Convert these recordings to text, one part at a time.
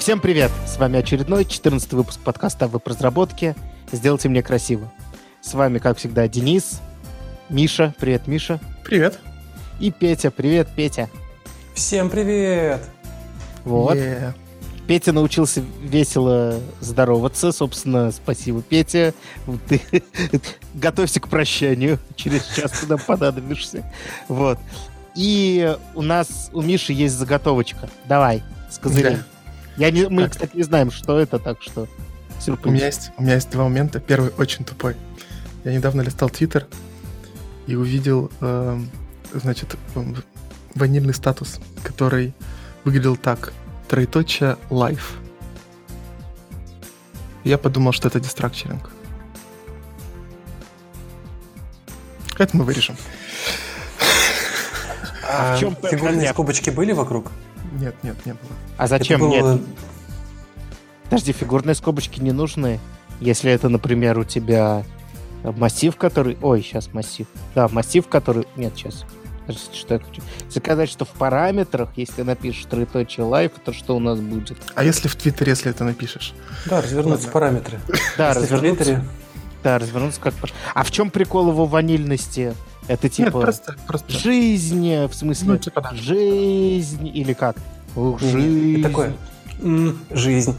Всем привет! С вами очередной 14-й выпуск подкаста о веб-разработке «Сделайте мне красиво». С вами, как всегда, Денис, Миша. Привет, Миша. Привет. И Петя. Привет, Петя. Всем привет! Вот. Петя научился весело здороваться. Собственно, спасибо, Петя. Ты готовься к прощанию. Через час ты нам понадобишься. Вот. И у Миши есть заготовочка. Давай, с козырей. Да. Мы, кстати, не знаем, что это, так что сюрприз. У меня есть два момента. Первый очень тупой. Я недавно листал Твиттер и увидел, ванильный статус, который выглядел так. Троеточие life. Я подумал, что это дестракчеринг. Это мы вырежем. А в чем фигурные скобочки были вокруг? Нет, не было. А зачем? Нет. Подожди, фигурные скобочки не нужны. Если это, например, у тебя массив, который... Ой, сейчас массив. Да, массив, который... Нет, сейчас. Что я хочу? Сказать, что в параметрах, если напишешь троеточие live, то что у нас будет? А если в Твиттере, если это напишешь? Да, развернуться в параметры. Да, развернуться как... А в чем прикол его ванильности? Это типа... Нет, просто... Жизнь, в смысле... да. Жизнь или как? Жизнь. И такое. Жизнь.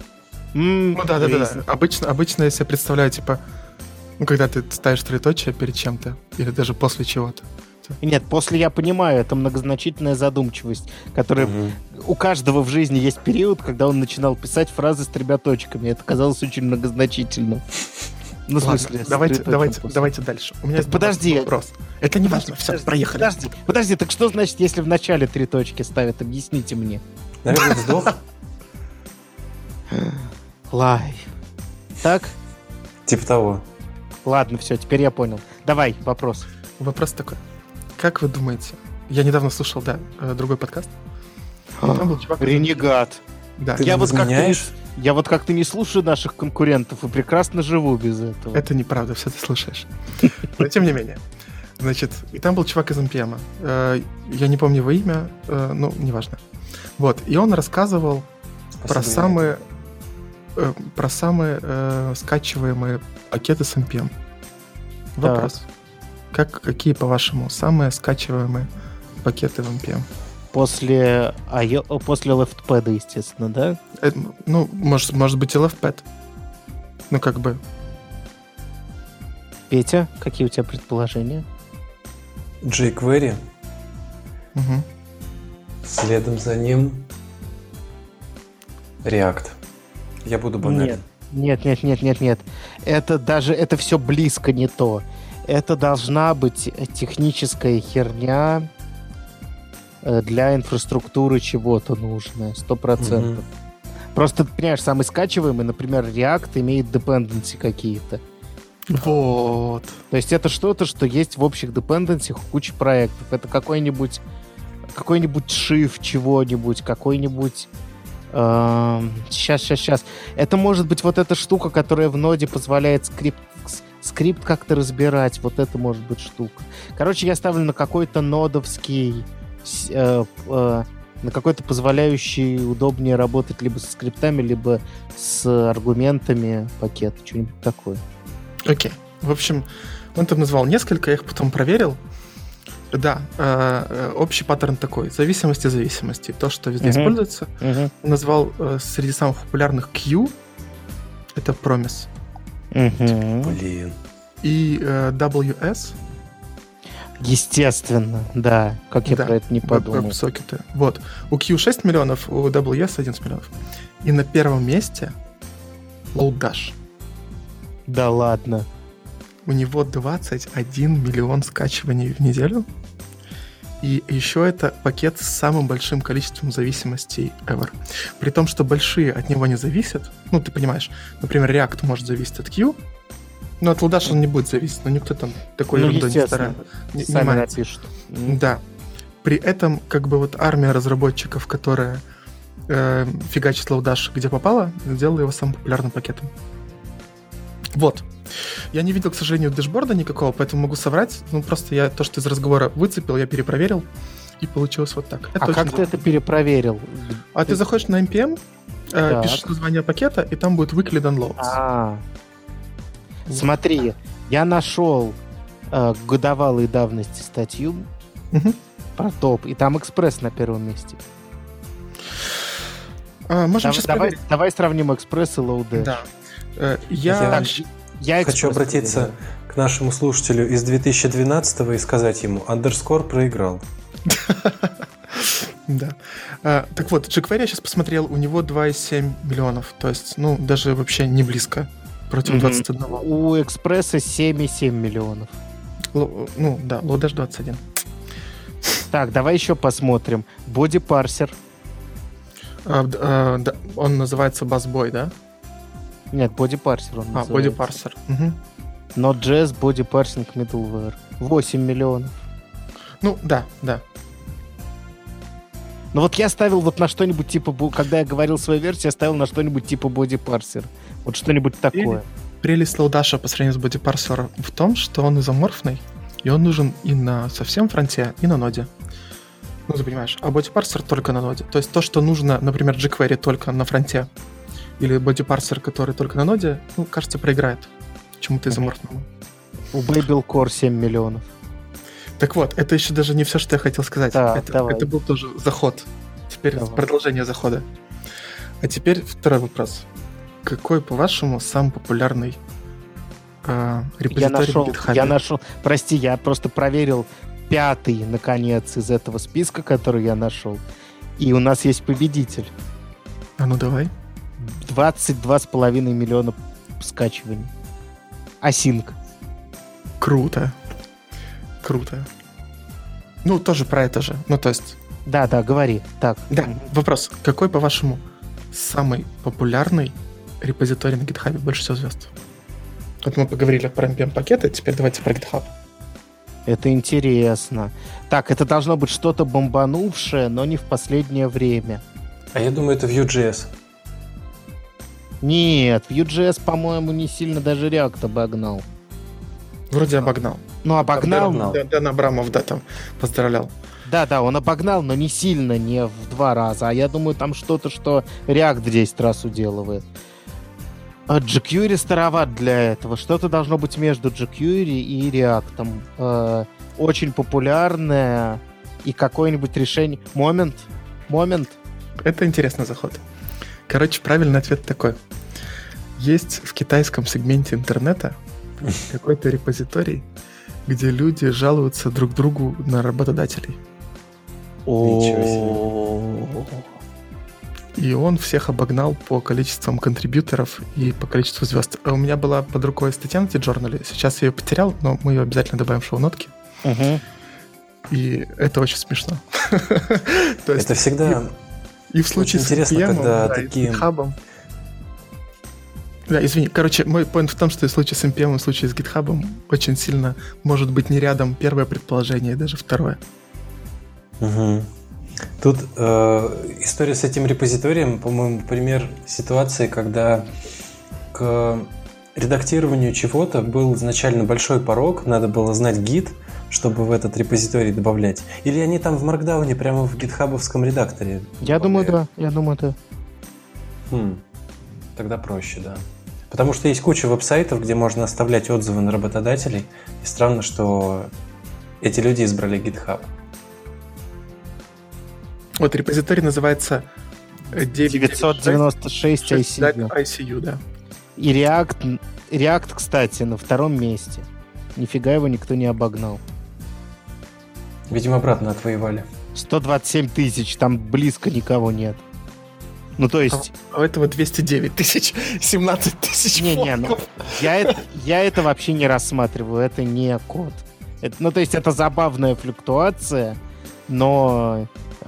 Да. Обычно я себе представляю, типа... когда ты ставишь троеточие перед чем-то, или даже после чего-то. Нет, после я понимаю, это многозначительная задумчивость, которая... У каждого в жизни есть период, когда он начинал писать фразы с тремя точками. Это казалось очень многозначительным. Ну, в смысле, давайте дальше. У меня есть вопрос. Это не важно, все, проехали. Подожди, так что значит, если в начале три точки ставят? Объясните мне. Наверное, вздох. Лайв. Так? Типа того. Ладно, все, теперь я понял. Давай, вопрос. Вопрос такой. Как вы думаете? Я недавно слушал, другой подкаст. Там был чувак... Ренегат. Да. Ты я вот как-то не слушаю наших конкурентов и прекрасно живу без этого. Это неправда, все ты слушаешь. Но тем не менее. Значит, и там был чувак из NPM. Я не помню его имя, неважно. Вот, и он рассказывал про самые скачиваемые пакеты с NPM. Вопрос. Какие, по-вашему, самые скачиваемые пакеты в NPM? После LeftPad, естественно, да? Может быть и LeftPad. Петя, какие у тебя предположения? jQuery. Угу. Следом за ним React. Я буду банален. Нет. Это все близко не то. Это должна быть техническая херня для инфраструктуры чего-то нужная, 100%. Просто, ты понимаешь, самый скачиваемый, например, React имеет dependency какие-то. Вот. То есть это что-то, что есть в общих dependency у кучи проектов. Это какой-нибудь shift чего-нибудь, какой-нибудь... Сейчас. Это может быть вот эта штука, которая в ноде позволяет скрипт как-то разбирать. Вот это может быть штука. Короче, я ставлю на какой-то нодовский... на какой-то позволяющий удобнее работать либо со скриптами, либо с аргументами пакета. Что-нибудь такое. Окей. В общем, он там назвал несколько, я их потом проверил. Да, общий паттерн такой. Зависимости. То, что везде используется. Он назвал среди самых популярных Q. Это Promise. Блин. И WS. Естественно, да. Как я про это не подумал. Веб-сокеты. Вот. У Q 6 миллионов, у WS 11 миллионов. И на первом месте Lodash. Да ладно. У него 21 миллион скачиваний в неделю. И еще это пакет с самым большим количеством зависимостей ever. При том, что большие от него не зависят. Ты понимаешь, например, React может зависеть от Q, но от Lodash он не будет зависеть. Но никто там такой ерундой не старается. Сами напишут. Да. При этом армия разработчиков, которая фигачит Lodash где попало, сделала его самым популярным пакетом. Вот. Я не видел, к сожалению, дэшборда никакого, поэтому могу соврать. Просто я то, что из разговора выцепил, я перепроверил, и получилось вот так. Это как ты это перепроверил? Ты заходишь на NPM, Так. Пишешь название пакета, и там будет weekly downloads. Смотри, я нашел годовалой давности статью Мгм. про топ, и там экспресс на первом месте. Можем сейчас проверить. Давай сравним экспресс и лоудэш. Да. Я Я хочу экспресс обратиться проверил. к нашему слушателю из 2012 и сказать ему, Underscore проиграл. Да. Так вот, jQuery я сейчас посмотрел, у него 2,7 миллионов. То есть, даже вообще не близко против 21. У экспресса 7,7 миллионов. Да, Lodash 21. Так, давай еще посмотрим. Body Parser. Да, он называется Bassboy, да? Нет, Body Parser он называется. Body Parser. Угу. Node.js Body Parsing Middleware. 8 миллионов. Да. Ну вот я ставил вот на что-нибудь типа, когда я говорил свою версию, я ставил на что-нибудь типа Body Parser. Вот что-нибудь такое. Прелесть Lodash по сравнению с Body Parser в том, что он изоморфный, и он нужен и на совсем фронте, и на ноде. Ты понимаешь, а Body Parser только на ноде. То есть то, что нужно, например, jQuery только на фронте, или Body Parser, который только на ноде, кажется, проиграет чему-то изоморфному. У Babel Core 7 миллионов. Так вот, это еще даже не все, что я хотел сказать. Так, давай. Это был тоже заход. Теперь Давай. продолжение захода. А теперь второй вопрос. Какой, по-вашему, самый популярный репозиторий в GitHub? Я нашел. Прости, я просто проверил 5-й, наконец, из этого списка, который я нашел. И у нас есть победитель. А ну давай. 22,5 миллиона скачиваний. Async. Круто. Тоже про это же. То есть... Да, говори. Так. Да, вопрос. Какой, по-вашему, самый популярный репозиторий на GitHub? Больше всего звезд. Вот мы поговорили про NPM-пакеты, теперь давайте про GitHub. Это интересно. Так, это должно быть что-то бомбанувшее, но не в последнее время. А я думаю, это Vue.js. Нет, Vue.js, по-моему, не сильно даже React обогнал. Вроде обогнал. Обогнал. Дэн Абрамов, там поздравлял. Да, он обогнал, но не сильно, не в 2 раза. А я думаю, там что-то, что React в 10 раз уделывает. А jQuery староват для этого. Что-то должно быть между jQuery и React. Очень популярное и какое-нибудь решение... Момент. Это интересный заход. Короче, правильный ответ такой. Есть в китайском сегменте интернета какой-то репозиторий, где люди жалуются друг другу на работодателей. Ничего И он всех обогнал по количествам контрибьюторов и по количеству звезд. У меня была под рукой статья на T-Journal. Сейчас я ее потерял, но мы ее обязательно добавим в шоу-нотки. Угу. И это очень смешно. Это всегда... И в случае с интересно, NPM, когда и с такие... GitHub. Да, извини. Короче, мой поинт в том, что и в случае с NPM, и в случае с GitHub очень сильно может быть не рядом первое предположение и даже второе. Угу. Тут история с этим репозиторием, по-моему, пример ситуации, когда к редактированию чего-то был изначально большой порог, надо было знать гид, чтобы в этот репозиторий добавлять. Или они там в Markdown прямо в гитхабовском редакторе Я думаю, да. Тогда проще, да. Потому что есть куча веб-сайтов, где можно оставлять отзывы на работодателей. И странно, что эти люди избрали GitHub. Вот репозиторий называется 996 ICU. ICU, да. И React, кстати, на 2-м месте. Нифига его никто не обогнал. Видимо, обратно отвоевали. 127 тысяч, там близко никого нет. То есть... А у этого 209 тысяч, 17 тысяч форков. Я это вообще не рассматриваю, это не код. То есть это забавная флюктуация, но...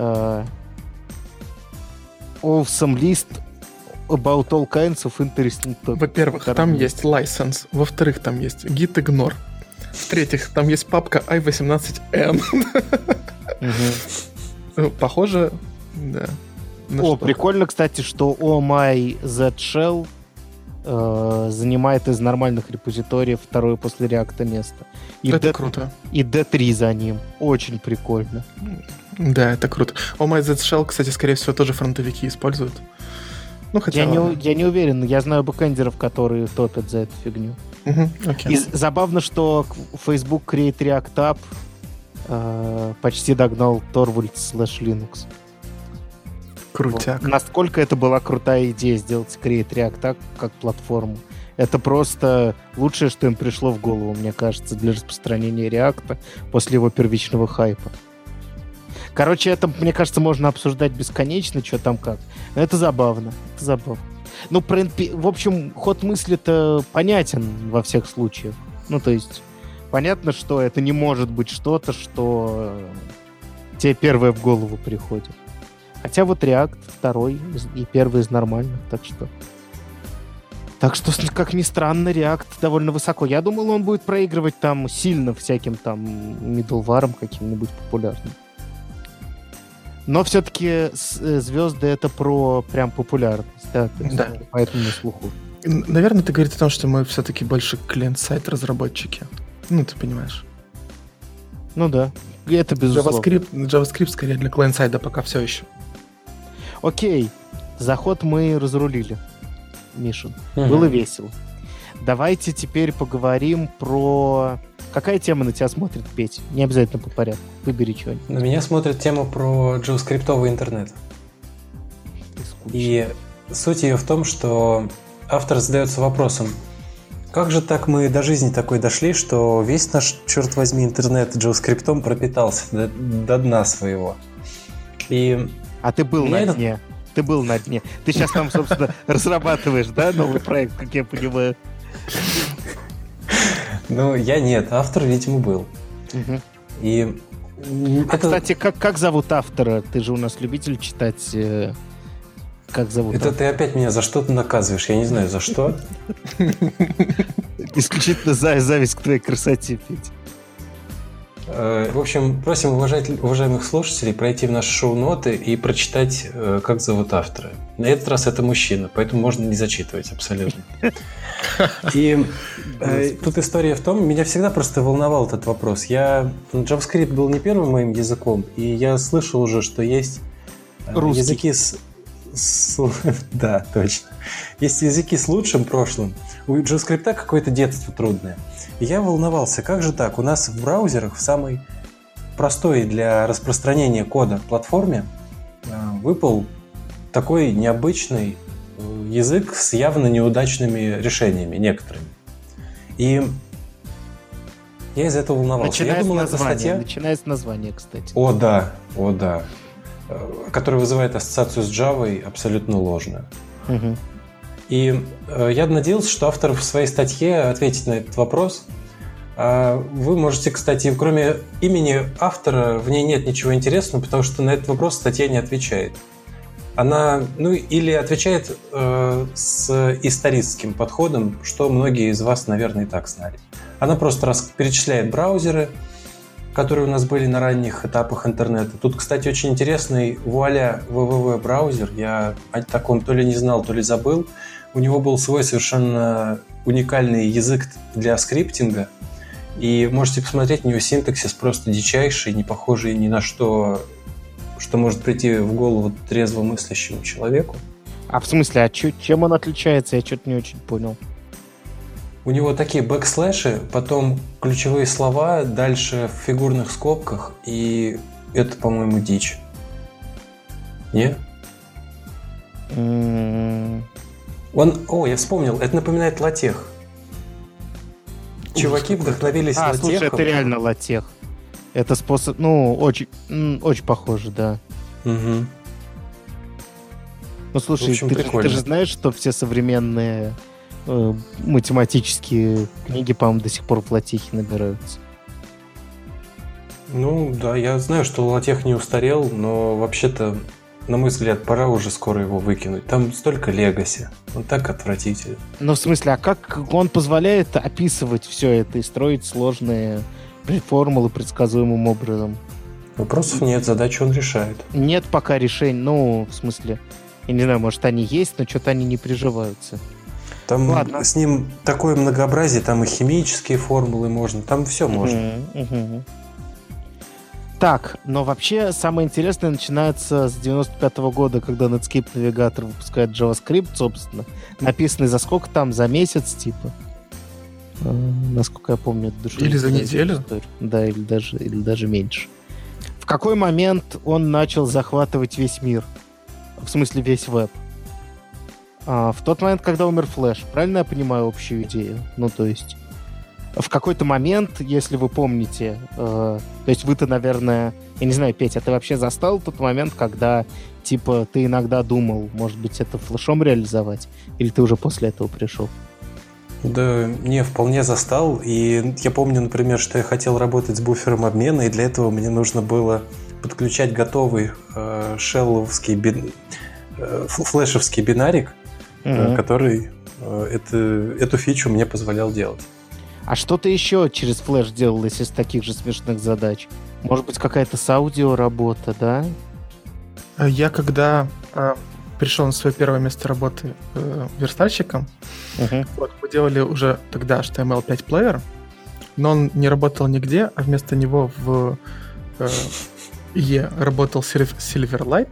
Awesome list about all kinds of interesting topics. Во-первых, там есть license. Во-вторых, там есть git ignore. В-третьих, там есть папка i18n. Похоже, да. Прикольно, кстати, что my zshell занимает из нормальных репозиториев второе после React место. Это круто. И D3 за ним. Очень прикольно. Да, это круто. My zshell, кстати, скорее всего, тоже фронтовики используют. Ну, хотя Я не уверен, я знаю бэкэндеров, которые топят за эту фигню. И забавно, что Facebook Create React App почти догнал Torvalds /Linux. Крутяк. Вот. Насколько это была крутая идея сделать Create React App как платформу. Это просто лучшее, что им пришло в голову, мне кажется, для распространения React после его первичного хайпа. Короче, это, мне кажется, можно обсуждать бесконечно, что там как. Но это забавно. Это забавно. Ну, в общем, ход мысли-то понятен во всех случаях. Ну, то есть, понятно, что это не может быть что-то, что тебе первое в голову приходит. Хотя вот React второй и первый из нормальных, так что, как ни странно, React довольно высоко. Я думал, он будет проигрывать там сильно всяким там middleware каким-нибудь популярным. Но все-таки звезды — это про прям популярность, да? Да. Поэтому на слуху. Наверное, ты говоришь о том, что мы все-таки больше клиент-сайт разработчики. Ну, ты понимаешь. Ну да, это безусловно. JavaScript скорее для клиент-сайда пока все еще. Окей, заход мы разрулили, Мишин. Было весело. Давайте теперь поговорим про... Какая тема на тебя смотрит, Петь? Не обязательно по порядку. Выбери что-нибудь. На меня смотрит тема про JavaScript-овый интернет. И суть ее в том, что автор задается вопросом, как же так мы до жизни такой дошли, что весь наш, черт возьми, интернет JavaScript пропитался до дна своего. А ты был на дне. Ты был на дне. Ты сейчас там, собственно, разрабатываешь, да, новый проект, как я понимаю? Ну, я нет, автор, видимо, был. И кстати, как зовут автора? Ты же у нас любитель читать. Как зовут это автора? Ты опять меня за что-то наказываешь, я не знаю, за что. Исключительно зависть к твоей красоте, Петь. В общем, просим уважаемых слушателей пройти в наши шоу-ноты и прочитать, как зовут автора. На этот раз это мужчина, поэтому можно не зачитывать абсолютно. И тут история в том, меня всегда просто волновал этот вопрос. JavaScript был не первым моим языком, и я слышал уже, что есть языки да, точно. Есть языки с лучшим прошлым. У JavaScript какое-то детство трудное. И я волновался, как же так? У нас в браузерах, в самой простой для распространения кода платформе, выпал такой необычный язык с явно неудачными решениями, некоторыми. И я из-за этого волновался. Начиная с названия, кстати. О да. Который вызывает ассоциацию с Java абсолютно ложную. И я надеялся, что автор в своей статье ответит на этот вопрос. Вы можете, кстати, кроме имени автора, в ней нет ничего интересного, потому что на этот вопрос статья не отвечает. Она, или отвечает с историческим подходом, что многие из вас, наверное, и так знали. Она просто перечисляет браузеры, которые у нас были на ранних этапах интернета. Тут, кстати, очень интересный вуаля www-браузер. Я о таком то ли не знал, то ли забыл. У него был свой совершенно уникальный язык для скриптинга. И можете посмотреть, у него синтаксис просто дичайший, не похожий ни на что, что может прийти в голову трезвомыслящему человеку. А в смысле, чем он отличается? Я что-то не очень понял. У него такие бэкслэши, потом ключевые слова, дальше в фигурных скобках, и это, по-моему, дичь. Не? Я вспомнил, это напоминает латех. Чуваки вдохновились латехом. Слушай, это реально латех. Это способ, очень похоже, да. Угу. Ну, слушай, ты же знаешь, что все современные математические книги, по-моему, до сих пор в латехе набираются. Ну, да, я знаю, что латех не устарел, но вообще-то, на мой взгляд, пора уже скоро его выкинуть. Там столько легаси. Он так отвратителен. Ну, в смысле, а как он позволяет описывать все это и строить сложные формулы предсказуемым образом? Вопросов нет, задачу он решает. Нет пока решений. Ну, в смысле, я не знаю, может, они есть, но что-то они не приживаются. Там с ним такое многообразие, там и химические формулы можно, там все можно. Так, но вообще самое интересное начинается с 95-го года, когда Netscape Navigator выпускает JavaScript, собственно, написанный за сколько там, за месяц, типа. Насколько я помню, это душевно. Или за неделю? Да, или даже меньше. В какой момент он начал захватывать весь мир? В смысле, весь веб? В тот момент, когда умер Flash. Правильно я понимаю общую идею? Ну, то есть... В какой-то момент, если вы помните, то есть вы-то, наверное, я не знаю, Петя, ты вообще застал тот момент, когда, типа, ты иногда думал, может быть, это флешом реализовать? Или ты уже после этого пришел? Да, не, вполне застал. И я помню, например, что я хотел работать с буфером обмена, и для этого мне нужно было подключать готовый флешевский бинарик, который эту фичу мне позволял делать. А что ты еще через флеш делалось из таких же смешных задач? Может быть, какая-то с аудио работа, да? Я когда пришел на свое первое место работы верстальщиком, вот, мы делали уже тогда HTML5 плеер, но он не работал нигде, а вместо него в IE работал Silverlight,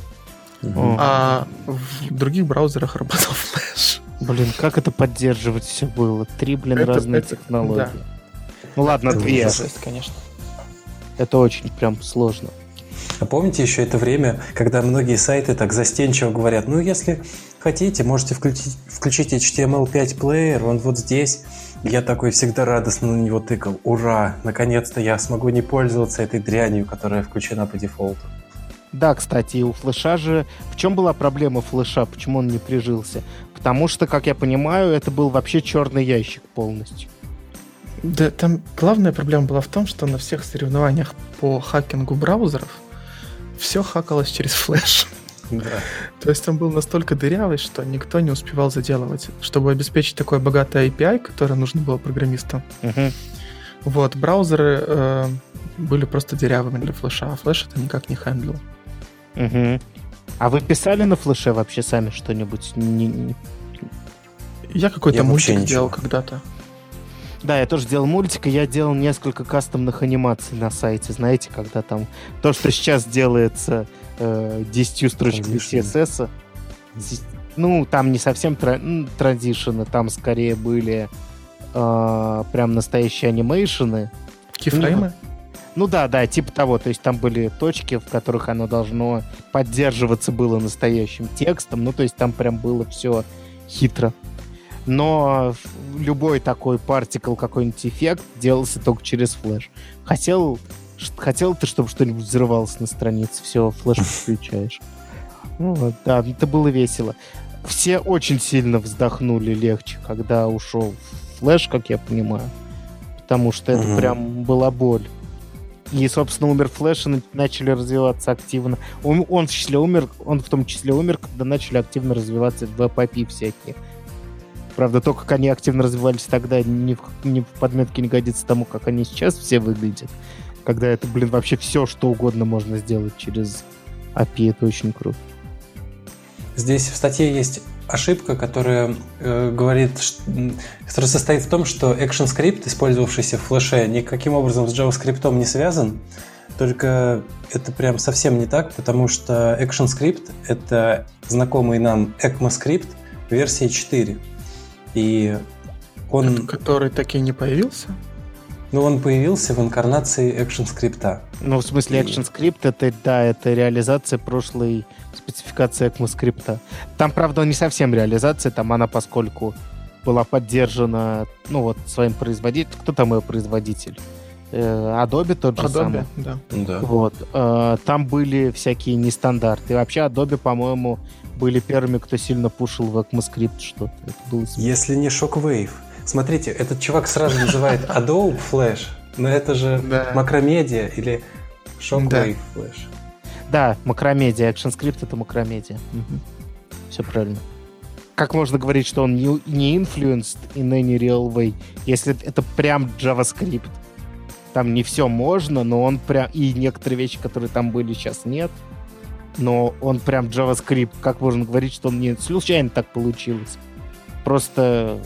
а в других браузерах работал Flash. Блин, как это поддерживать все было? 3, разные технологии. Да. Ну ладно, 2. Конечно. Это очень прям сложно. А помните еще это время, когда многие сайты так застенчиво говорят, ну, если хотите, можете включить HTML5 плеер, он вот здесь. Я такой всегда радостно на него тыкал. Ура! Наконец-то я смогу не пользоваться этой дрянью, которая включена по дефолту. Да, кстати, и у флеша же... В чем была проблема флеша? Почему он не прижился? Потому что, как я понимаю, это был вообще черный ящик полностью. Да, там главная проблема была в том, что на всех соревнованиях по хакингу браузеров все хакалось через флеш. Да. То есть он был настолько дырявый, что никто не успевал заделывать. Чтобы обеспечить такое богатое API, которое нужно было программистам, вот, браузеры были просто дырявыми для флеша, а флеш это никак не хендлил. А вы писали на флеше вообще сами что-нибудь? Я какой-то мультик делал когда-то. Да, я тоже делал мультик, и я делал несколько кастомных анимаций на сайте. Знаете, когда там то, что сейчас делается 10 строчками CSS, ну, там не совсем транзишены, там скорее были прям настоящие анимейшены. Кифреймы? Ну да, типа того. То есть там были точки, в которых оно должно поддерживаться было настоящим текстом. Ну, то есть там прям было все хитро. Но любой такой партикл, какой-нибудь эффект делался только через флеш. Хотел ты, чтобы что-нибудь взрывалось на странице, все, флеш включаешь. Ну, вот, да, это было весело. Все очень сильно вздохнули легче, когда ушел флеш, как я понимаю. Потому что это прям была боль. И, собственно, умер флеш, и начали развиваться активно. Он в том числе умер, когда начали активно развиваться веб-API всякие. Правда, то, как они активно развивались тогда, ни в подметке не годится тому, как они сейчас все выглядят. Когда это, вообще все, что угодно можно сделать через API. Это очень круто. Здесь в статье есть ошибка, которая которая состоит в том, что ActionScript, использовавшийся в флеше, никаким образом с JavaScript не связан. Только это прям совсем не так, потому что ActionScript — это знакомый нам ECMAScript версии 4. И он... Который таки не появился? Ну, он появился в инкарнации ActionScript. Ну, в смысле, ActionScript это реализация прошлой спецификации ECMAScript. Там, правда, не совсем реализация, там она, поскольку была поддержана, ну, вот, своим производителем. Кто там ее производитель? Adobe тот же самый. Да. Вот. Там были всякие нестандарты. И вообще Adobe, по-моему, были первыми, кто сильно пушил в ECMAScript что-то. Это было... Если не Shockwave. Смотрите, этот чувак сразу называет Adobe Flash, но это же Macromedia или Shockwave Flash. Да, Macromedia. ActionScript — это Macromedia. Все правильно. Как можно говорить, что он не influenced in any real way, если это прям JavaScript? Там не все можно, но он прям... И некоторые вещи, которые там были, сейчас нет. Но он прям JavaScript. Как можно говорить, что он не случайно так получилось? Просто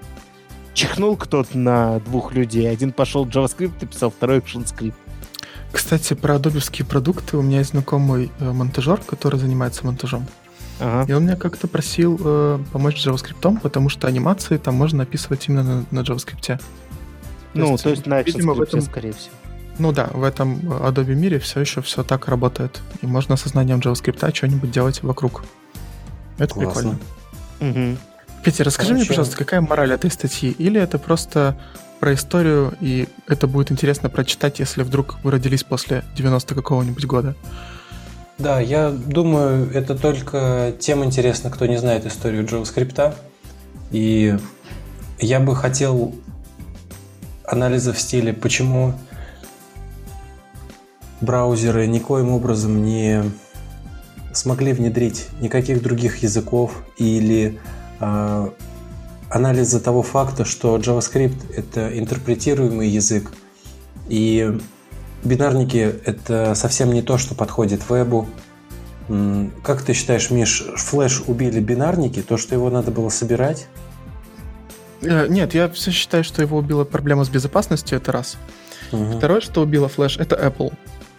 чихнул кто-то на двух людей. Один пошел JavaScript написал, второй ActionScript. Кстати, про адобевские продукты. У меня есть знакомый монтажер, который занимается монтажом. И он меня как-то просил помочь с JavaScript, потому что анимации там можно описывать именно на JavaScript. То есть на ActionScript, скорее всего. Ну да, в этом Adobe мире все еще все так работает. И можно со знанием JavaScript что-нибудь делать вокруг. Это Классно. Прикольно. Петя, расскажи мне, пожалуйста, какая мораль этой статьи? Или это просто про историю, и это будет интересно прочитать, если вдруг вы родились после 90 какого-нибудь года? Да, я думаю, это только тем интересно, кто не знает историю JavaScript. И я бы хотел анализа в стиле, почему браузеры никоим образом не смогли внедрить никаких других языков, или анализа того факта, что JavaScript — это интерпретируемый язык, и бинарники — это совсем не то, что подходит вебу. Как ты считаешь, Миш, Flash убили бинарники? То, что его надо было собирать? Нет, я все считаю, что его убила проблема с безопасностью, это раз. Второе, что убило Flash, это Apple.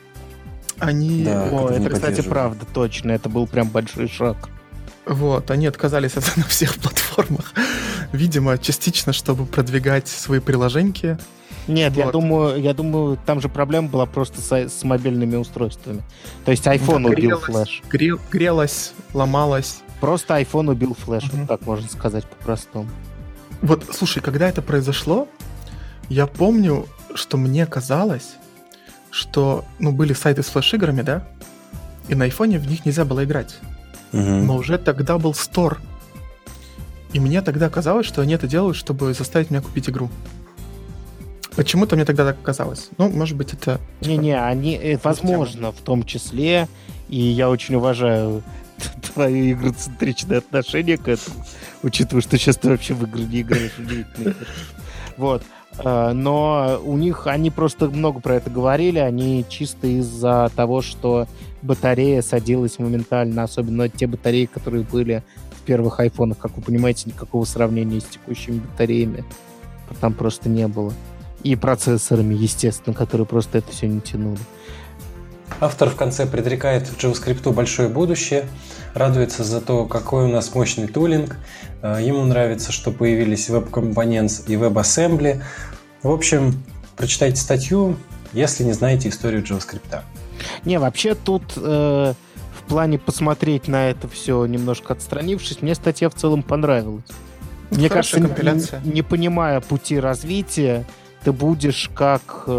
Это, кстати, правда, точно. Это был прям большой шаг. Вот, они отказались на всех платформах. Видимо, частично, чтобы продвигать свои приложеньки. Нет, вот. я думаю, там же проблема была просто с мобильными устройствами. То есть iPhone убил Flash. Грелась, ломалась. Просто iPhone убил Flash, вот так можно сказать по-простому. Вот, слушай, когда это произошло, я помню, что мне казалось, что, были сайты с флеш-играми, да, и на айфоне в них нельзя было играть. Но уже тогда был стор. И мне тогда казалось, что они это делают, чтобы заставить меня купить игру. Почему-то мне тогда так казалось. Может быть, это... они, возможно, в том числе, и я очень уважаю твое игроцентричное отношение к этому, учитывая, что сейчас ты вообще в игры не играешь. Вот. Но у них, они просто много про это говорили, они чисто из-за того, что батарея садилась моментально, особенно те батареи, которые были в первых айфонах, как вы понимаете, никакого сравнения с текущими батареями там просто не было. И процессорами, естественно, которые просто это все не тянули. Автор в конце предрекает JavaScript большое будущее, радуется за то, какой у нас мощный тулинг. Ему нравится, что появились Web Components и WebAssembly. В общем, прочитайте статью, если не знаете историю JavaScript. Не, вообще тут в плане посмотреть на это все, немножко отстранившись, мне статья в целом понравилась. Мне кажется, не понимая пути развития, ты будешь как...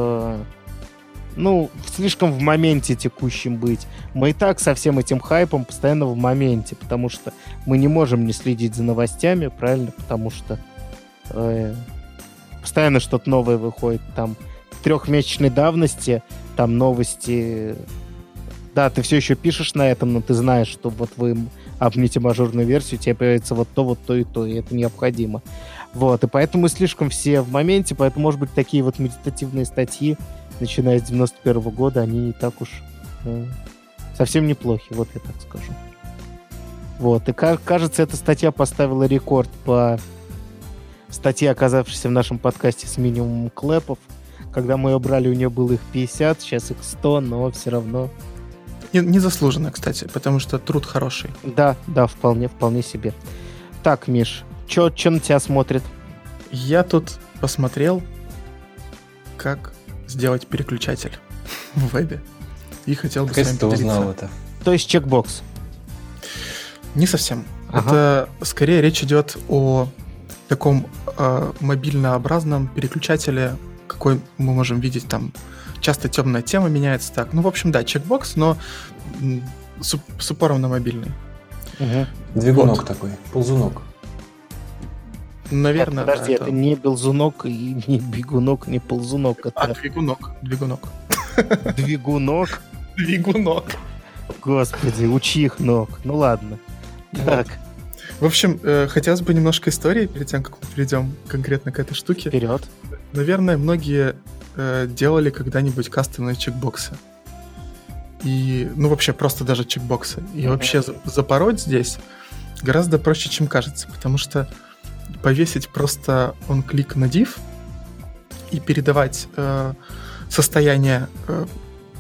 слишком в моменте текущем быть. Мы и так со всем этим хайпом постоянно в моменте, потому что мы не можем не следить за новостями, правильно? Потому что постоянно что-то новое выходит. Там 3-месячной давности, там новости... Да, ты все еще пишешь на этом, но ты знаешь, что вот вы апнете мажорную версию, тебе появится вот то, и это необходимо. Вот, и поэтому мы слишком все в моменте, поэтому, может быть, такие вот медитативные статьи, начиная с 91 года, они не так уж совсем неплохи, вот я так скажу. Вот, и кажется, эта статья поставила рекорд по статье, оказавшейся в нашем подкасте с минимумом клэпов. Когда мы ее брали, у нее было их 50, сейчас их 100, но все равно... Незаслуженно, кстати, потому что труд хороший. Да, вполне себе. Так, Миш, что на тебя смотрит? Я тут посмотрел, как сделать переключатель в вебе. И хотел бы с вами поделиться. Узнал это. То есть чекбокс? Не совсем. Это скорее речь идет о таком мобильнообразном переключателе, какой мы можем видеть там. Часто темная тема меняется так. В общем, да, чекбокс, но с упором на мобильный. Двигунок такой, ползунок. Наверное, подожди, это не ползунок, и не бегунок, не ползунок. Это... двигунок. Двигунок? Двигунок. Господи, учи их ног. Ну ладно. Так. В общем, хотелось бы немножко истории перед тем, как мы перейдем конкретно к этой штуке. Вперед. Наверное, многие делали когда-нибудь кастомные чекбоксы. И, вообще, просто даже чекбоксы. И вообще запороть здесь гораздо проще, чем кажется, потому что повесить просто on-click на div и передавать состояние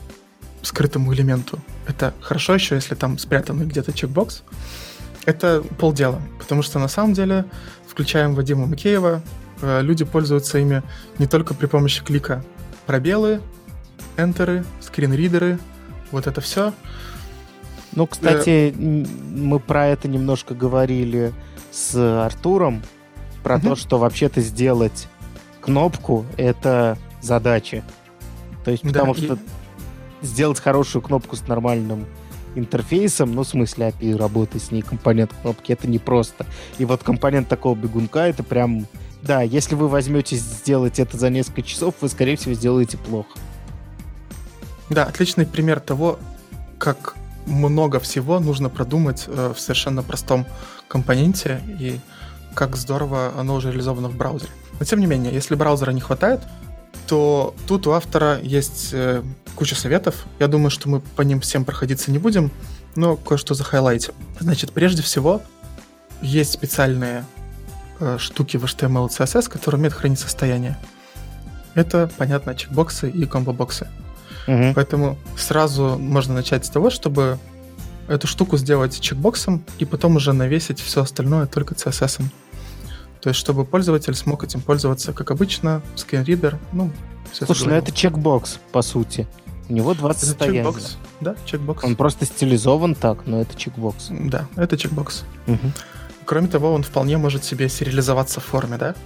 скрытому элементу. Это хорошо еще, если там спрятанный где-то чекбокс. Это полдела, потому что на самом деле, включаем Вадима Макеева, люди пользуются ими не только при помощи клика. Пробелы, энтеры, скринридеры, вот это все. Ну, кстати, мы про это немножко говорили с Артуром, про то, что вообще-то сделать кнопку — это задача. То есть, потому что сделать хорошую кнопку с нормальным интерфейсом, ну, в смысле API работы с ней, компонент кнопки, это непросто. И вот компонент такого бегунка, это прям... Да, если вы возьметесь сделать это за несколько часов, вы, скорее всего, сделаете плохо. Да, отличный пример того, как много всего нужно продумать в совершенно простом компоненте, и как здорово оно уже реализовано в браузере. Но, тем не менее, если браузера не хватает, то тут у автора есть куча советов. Я думаю, что мы по ним всем проходиться не будем, но кое-что захайлайтим. Значит, прежде всего, есть специальные штуки в HTML и CSS, которые умеют хранить состояние. Это, понятно, чекбоксы и комбо-боксы. Поэтому сразу можно начать с того, чтобы эту штуку сделать чекбоксом и потом уже навесить все остальное только CSS. То есть, чтобы пользователь смог этим пользоваться, как обычно, скринридер, все. Слушай, это чекбокс, по сути. У него 20 состояний. Чекбокс. Да, чекбокс. Он просто стилизован так, но это чекбокс. Да, это чекбокс. Кроме того, он вполне может себе сериализоваться в форме, да?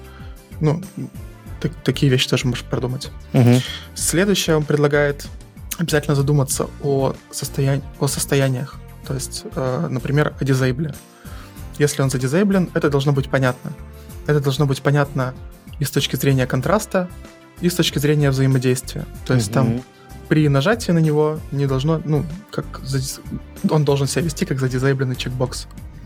Такие вещи тоже можешь продумать. Следующее он предлагает обязательно задуматься о состояниях. То есть, например, о дизейбле. Если он задизейблен, это должно быть понятно. Это должно быть понятно и с точки зрения контраста, и с точки зрения взаимодействия. То есть там при нажатии на него не должно, он должен себя вести как задизейбленный чекбокс.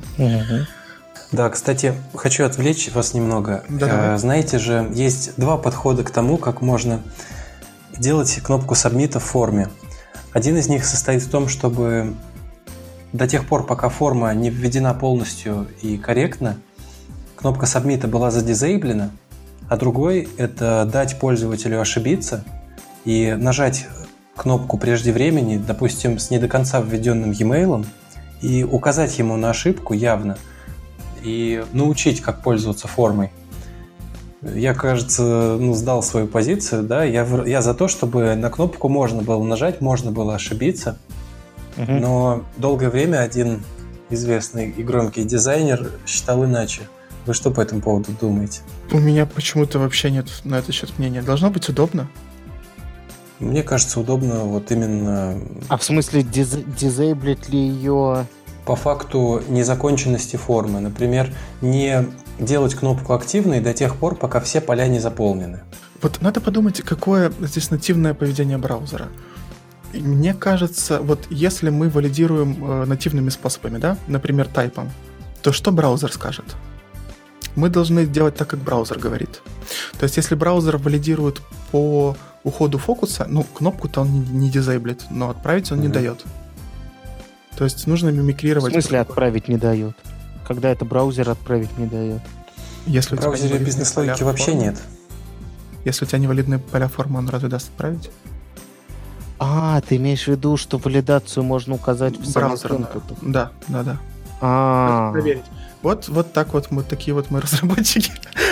Да, кстати, хочу отвлечь вас немного. Знаете же, есть два подхода к тому, как можно делать кнопку Submit в форме. Один из них состоит в том, чтобы до тех пор, пока форма не введена полностью и корректно, кнопка Submit была задизейблена, а другой — это дать пользователю ошибиться и нажать кнопку прежде времени, допустим, с не до конца введенным e-mail, и указать ему на ошибку явно, и научить, как пользоваться формой. Я, кажется, сдал свою позицию, да, я за то, чтобы на кнопку можно было нажать, можно было ошибиться, но долгое время один известный и громкий дизайнер считал иначе. Вы что по этому поводу думаете? У меня почему-то вообще нет на этот счет мнения. Должно быть удобно. Мне кажется, удобно вот именно... А в смысле, дизейблить ли ее... По факту незаконченности формы. Например, не делать кнопку активной до тех пор, пока все поля не заполнены. Вот надо подумать, какое здесь нативное поведение браузера. Мне кажется, вот если мы валидируем нативными способами, да, например, тайпом, то что браузер скажет? Мы должны делать так, как браузер говорит. То есть, если браузер валидирует по уходу фокуса, кнопку-то он не дизейблит, но отправить он не дает. То есть, нужно мимикрировать. В смысле отправить не дает? Когда это браузер отправить не дает? Если в браузере бизнес-логики вообще нет. Если у тебя невалидные поля формы, он разве даст отправить? Ты имеешь в виду, что валидацию можно указать в браузере? Да. Проверить. Вот так вот мы такие вот мы разработчики.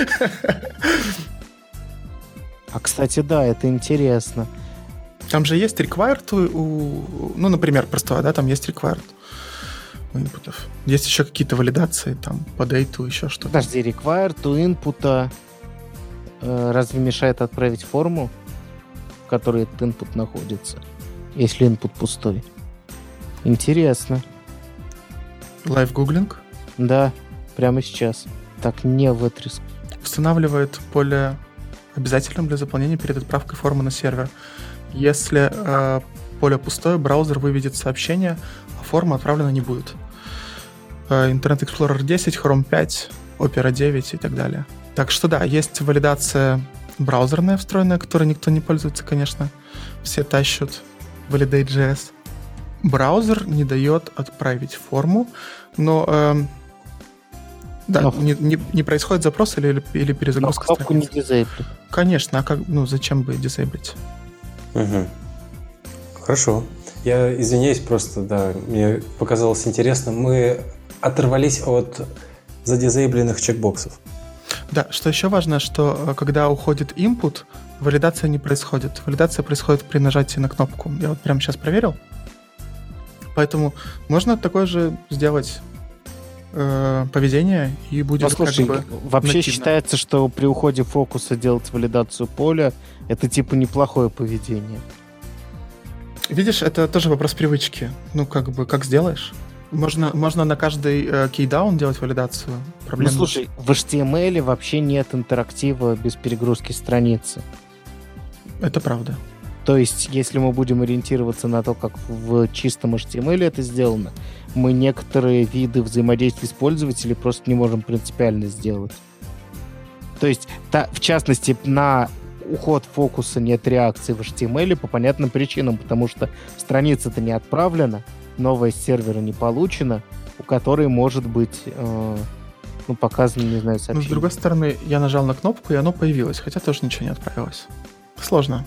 Кстати, да, это интересно. Там же есть required например, простое, да, там есть required у инпутов. Есть еще какие-то валидации, там, по дейту, еще что-то. Подожди, required у инпута разве мешает отправить форму, в которой этот инпут находится, если инпут пустой? Интересно. Лайв-гуглинг? Да, прямо сейчас. Так, не вытряск. Устанавливает поле обязательным для заполнения перед отправкой формы на сервер. Если поле пустое, браузер выведет сообщение, а форма отправлена не будет. Internet Explorer 10, Chrome 5, Opera 9 и так далее. Так что да, есть валидация браузерная встроенная, которой никто не пользуется, конечно. Все тащат Validate.js. Браузер не дает отправить форму, но не происходит запрос или перезагрузка страницы. Но кнопку не дизейблить. Конечно, зачем бы дизейблить? Хорошо. Я извиняюсь просто, да, мне показалось интересно. Мы оторвались от задизейбленных чекбоксов. Да, что еще важно, что когда уходит input, валидация не происходит. Валидация происходит при нажатии на кнопку. Я вот прямо сейчас проверил. Поэтому можно такое же сделать поведение, и будет слушай, как бы вообще нативно. считается, что при уходе фокуса делать валидацию поля — это типа неплохое поведение. Видишь, это тоже вопрос привычки. Ну, как бы, как сделаешь? Можно на каждый кейдаун делать валидацию. Проблем Ну, слушай, в HTML вообще нет интерактива без перегрузки страницы. это правда. То есть, если мы будем ориентироваться на то, как в чистом HTML это сделано, мы некоторые виды взаимодействия с пользователем просто не можем принципиально сделать. То есть, в частности, на уход фокуса нет реакции в HTML по понятным причинам, потому что страница-то не отправлена, новая с сервера не получена, у которой может быть показано, не знаю, сообщение. Но с другой стороны, я нажал на кнопку, и оно появилось, хотя тоже ничего не отправилось. Сложно.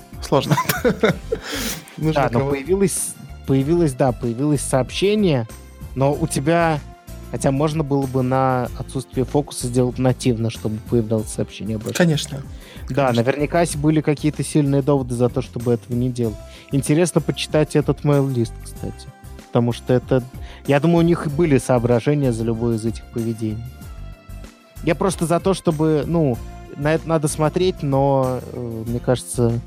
Да, но появилось сообщение, но у тебя... Хотя можно было бы на отсутствие фокуса сделать нативно, чтобы появлялось сообщение об этом. Конечно. Да, наверняка были какие-то сильные доводы за то, чтобы этого не делать. Интересно почитать этот mail-лист, кстати. Потому что это... Я думаю, у них и были соображения за любое из этих поведений. Я просто за то, чтобы... на это надо смотреть, но мне кажется...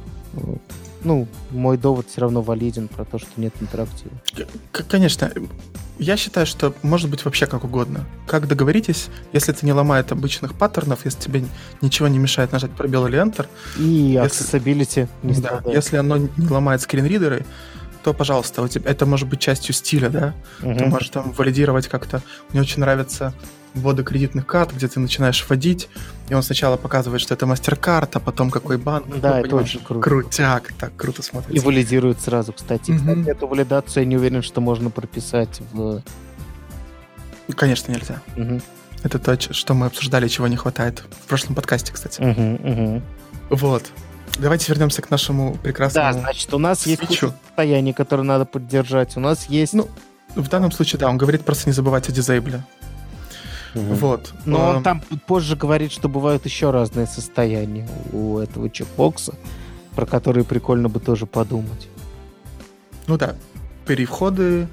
мой довод все равно валиден про то, что нет интерактива. Конечно. Я считаю, что может быть вообще как угодно. Как договоритесь, если это не ломает обычных паттернов, если тебе ничего не мешает нажать пробел или Enter. И accessibility не страдает. Если оно не ломает скринридеры, то, пожалуйста, это может быть частью стиля, да? Ты можешь там валидировать как-то. Мне очень нравятся вводы кредитных карт, где ты начинаешь вводить, и он сначала показывает, что это MasterCard, а потом какой банк. Да, это очень круто. Крутяк, так круто смотрится. И валидирует сразу, кстати. Кстати, эту валидацию я не уверен, что можно прописать в... Конечно, нельзя. Это то, что мы обсуждали, чего не хватает в прошлом подкасте, кстати. Вот. Давайте вернемся к нашему прекрасному... Да, значит, у нас есть состояние, которое надо поддержать. У нас есть... В данном случае, да, он говорит просто не забывать о дизейбле. Вот. Но он там позже говорит, что бывают еще разные состояния у этого чекбокса, про которые прикольно бы тоже подумать. Ну да. Переходы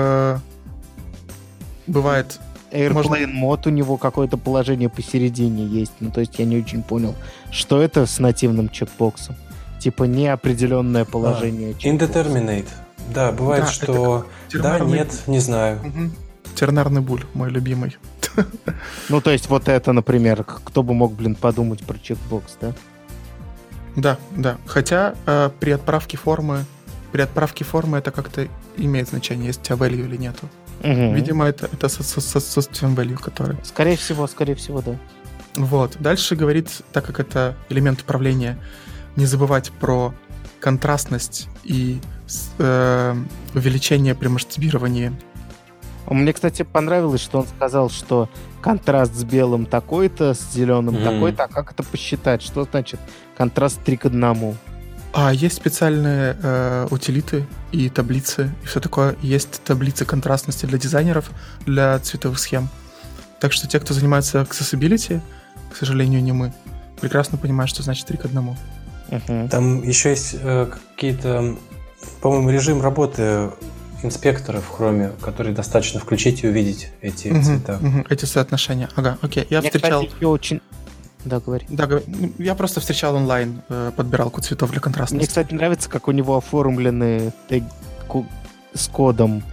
бывает... Airplane мод, у него какое-то положение посередине есть. Ну, то есть я не очень понял, что это с нативным чекбоксом. Типа неопределенное положение. Indeterminate. Да, бывает, что да, нет, не знаю. Тернарный буль, мой любимый. Ну, то есть вот это, например, кто бы мог, подумать про чекбокс, да? Да. Хотя при отправке формы это как-то имеет значение, есть у тебя value или нету. Видимо, это с отсутствием value, который... Скорее всего, да. Вот. Дальше говорит, так как это элемент управления, не забывать про контрастность и увеличение при масштабировании. Мне, кстати, понравилось, что он сказал, что контраст с белым такой-то, с зеленым такой-то. А как это посчитать? Что значит контраст 3:1? Есть специальные утилиты и таблицы, и все такое. Есть таблицы контрастности для дизайнеров, для цветовых схем. Так что те, кто занимается accessibility, к сожалению, не мы, прекрасно понимают, что значит 3:1. Там еще есть какие-то, по-моему, режим работы инспектора в Chrome, который достаточно включить и увидеть эти цвета. Эти соотношения. Ага, окей. Я встречал... Кстати, очень... Да, говори. Да, я просто встречал онлайн подбиралку цветов для контрастности. Мне, кстати, нравится, как у него оформлены теги с кодом.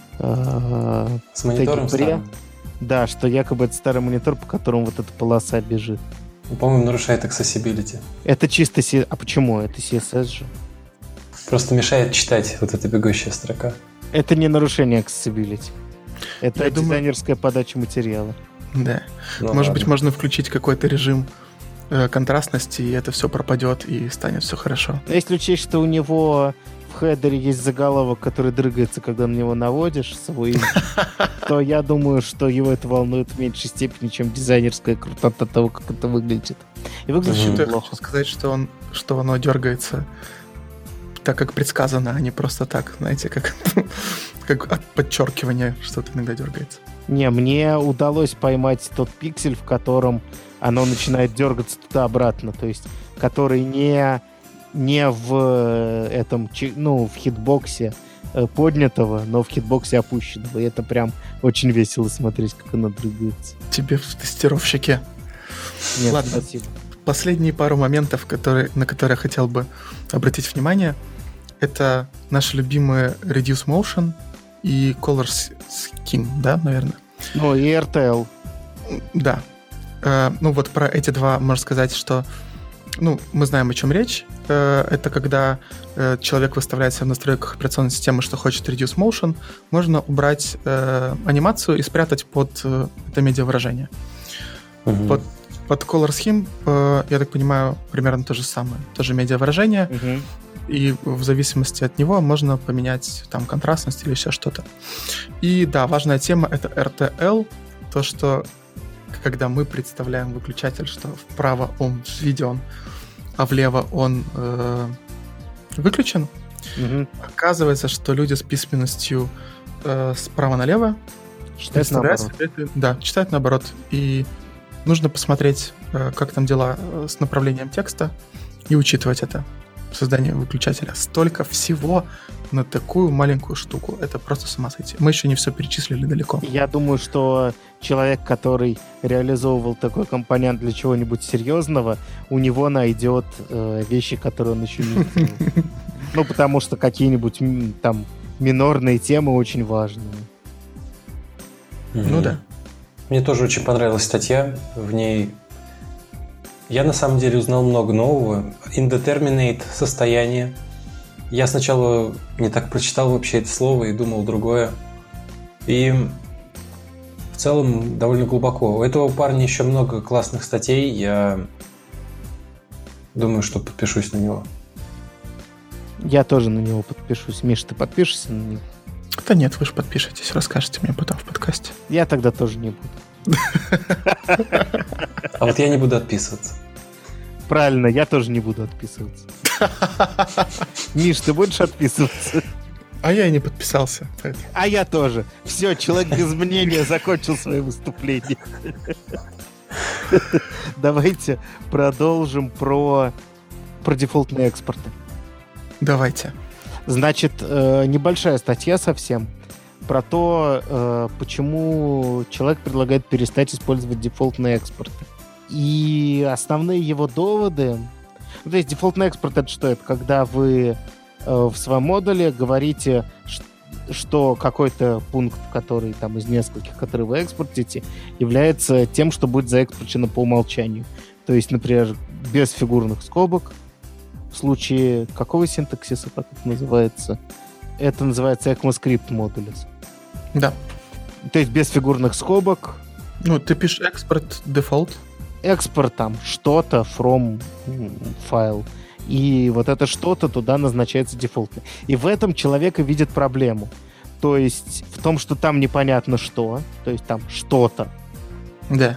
С монитором старым. Да, что якобы это старый монитор, по которому вот эта полоса бежит. По-моему, нарушает accessibility. Это чисто... А почему? Это CSS же. Просто мешает читать вот эта бегущая строка. Это не нарушение accessibility. Это дизайнерская подача материала. Да. Может быть, можно включить какой-то режим контрастности, и это все пропадет, и станет все хорошо. Но если учесть, что у него в хедере есть заголовок, который дрыгается, когда на него наводишь свой имя, то я думаю, что его это волнует в меньшей степени, чем дизайнерская крутота того, как это выглядит. И выглядит Хочу плохо. сказать, что оно дергается так, как предсказано, а не просто так, знаете, как от подчеркивания что-то иногда дергается. Не, мне удалось поймать тот пиксель, в котором оно начинает дергаться туда-обратно, то есть который не в этом, в хитбоксе поднятого, но в хитбоксе опущенного. И это прям очень весело смотреть, как оно двигается. Тебе в тестировщике. Нет, ладно. Спасибо. Последние пару моментов, на которые я хотел бы обратить внимание, это наши любимые Reduce Motion и Color Scheme, да, наверное? Ну, и RTL. Да. Ну, вот про эти два можно сказать, что мы знаем, о чем речь. Это когда человек выставляет себе в настройках операционной системы, что хочет Reduce Motion, можно убрать анимацию и спрятать под это медиавыражение. Угу. Под Color Scheme, я так понимаю, примерно то же самое. Тоже медиавыражение. Угу. И в зависимости от него можно поменять там контрастность или еще что-то. И да, важная тема — это RTL. То, что когда мы представляем выключатель, что вправо он введен, а влево он выключен, оказывается, что люди с письменностью справа налево читают наоборот. Читают наоборот. И нужно посмотреть, как там дела с направлением текста и учитывать это в создании выключателя. Столько всего на такую маленькую штуку. Это просто с ума сойти. Мы еще не все перечислили далеко. Я думаю, что человек, который реализовывал такой компонент для чего-нибудь серьезного, у него найдет вещи, которые он еще не сделал. Ну, потому что какие-нибудь там минорные темы очень важные. Ну да. Мне тоже очень понравилась статья. В ней я на самом деле узнал много нового. Indeterminate состояние. Я сначала не так прочитал вообще это слово и думал другое. И в целом довольно глубоко. У этого парня еще много классных статей. Я думаю, что подпишусь на него. Я тоже на него подпишусь. Миш, ты подпишешься на него? Да нет, вы же подпишитесь, расскажете мне потом в подкасте. Я тогда тоже не буду. А вот я не буду отписываться. Правильно, я тоже не буду отписываться. Миш, ты будешь отписываться? А я и не подписался. А я тоже. Все, человек без мнения закончил свое выступление. Давайте продолжим про дефолтные экспорты. Давайте. Значит, небольшая статья совсем про то, почему человек предлагает перестать использовать дефолтные экспорты. И основные его доводы... То есть дефолтный экспорт — это что? Это когда вы в своем модуле говорите, что какой-то пункт, который там из нескольких, которые вы экспортите, является тем, что будет заэкспорчено по умолчанию. То есть, например, без фигурных скобок. В случае какого синтаксиса, как это называется? Это называется ECMAScript modules. Да. То есть без фигурных скобок. Ну, ты пишешь экспорт default. Экспорт там что-то from файл. И вот это что-то туда назначается дефолтно. И в этом человек и видит проблему. То есть в том, что там непонятно что. То есть там что-то. Да.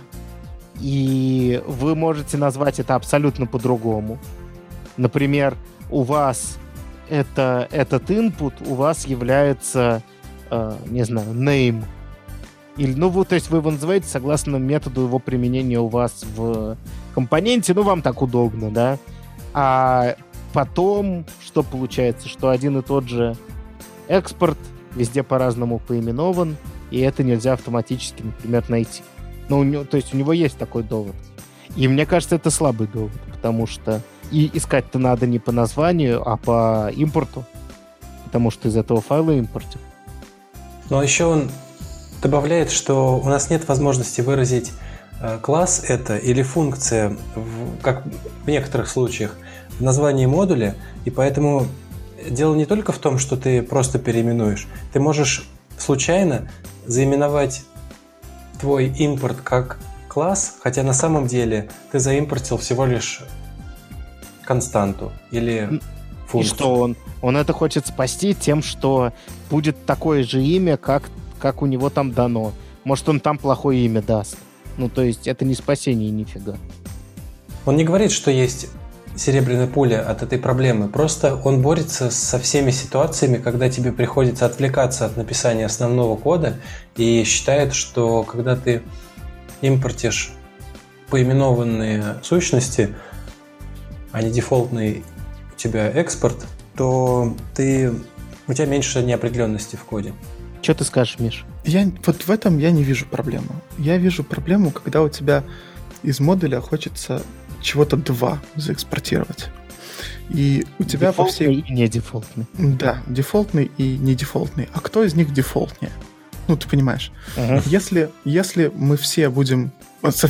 И вы можете назвать это абсолютно по-другому. Например, у вас этот input у вас является, не знаю, name. Или, то есть вы его называете согласно методу его применения у вас в компоненте, вам так удобно, да? А потом, что получается? Что один и тот же экспорт везде по-разному поименован, и это нельзя автоматически, например, найти. То есть у него есть такой довод. И мне кажется, это слабый довод, потому что и искать-то надо не по названию, а по импорту, потому что из этого файла импортят. Но еще он добавляет, что у нас нет возможности выразить класс это или функция, как в некоторых случаях, в названии модуля, и поэтому дело не только в том, что ты просто переименуешь. Ты можешь случайно заименовать твой импорт как класс, хотя на самом деле ты заимпортил всего лишь константу или функцию. И что он это хочет спасти тем, что будет такое же имя, как у него там дано. Может, он там плохое имя даст. То есть это не спасение нифига. Он не говорит, что есть серебряная пуля от этой проблемы. Просто он борется со всеми ситуациями, когда тебе приходится отвлекаться от написания основного кода, и считает, что когда ты импортишь поименованные сущности, а не дефолтный у тебя экспорт, то у тебя меньше неопределенности в коде. Что ты скажешь, Миш? Вот в этом я не вижу проблему. Я вижу проблему, когда у тебя из модуля хочется чего-то два заэкспортировать. И у тебя дефолтный по всей... и не дефолтный. Да, дефолтный и не дефолтный. А кто из них дефолтнее? Ну, ты понимаешь. Если мы все будем со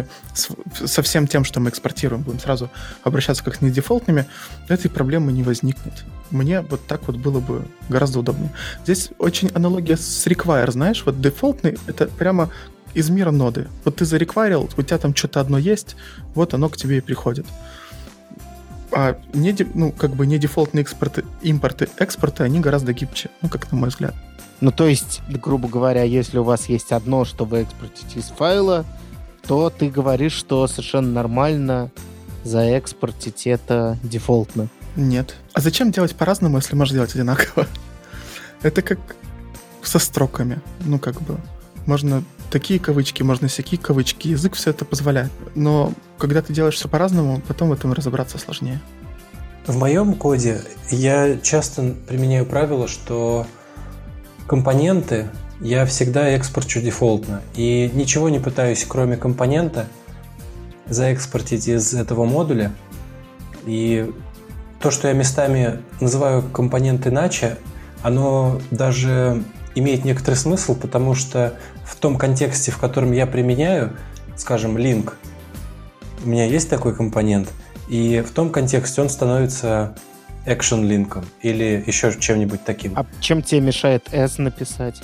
всем тем, что мы экспортируем, будем сразу обращаться как с недефолтными, этой проблемы не возникнет. Мне вот так вот было бы гораздо удобнее. Здесь очень аналогия с require, знаешь, вот дефолтный — это прямо из мира ноды. Вот ты зарекварил, у тебя там что-то одно есть, вот оно к тебе и приходит. А не дефолтные импорты, экспорты, они гораздо гибче, как на мой взгляд. Ну, то есть, грубо говоря, если у вас есть одно, что вы экспортите из файла, то ты говоришь, что совершенно нормально заэкспортить это дефолтно. Нет. А зачем делать по-разному, если можно делать одинаково? Это как со строками. Можно такие кавычки, можно всякие кавычки. Язык все это позволяет. Но когда ты делаешь все по-разному, потом в этом разобраться сложнее. В моем коде я часто применяю правило, что компоненты я всегда экспорчу дефолтно. И ничего не пытаюсь, кроме компонента, заэкспортить из этого модуля. И то, что я местами называю компонент иначе, оно даже имеет некоторый смысл, потому что в том контексте, в котором я применяю, скажем, link, у меня есть такой компонент, и в том контексте он становится action линком или еще чем-нибудь таким. А чем тебе мешает S написать?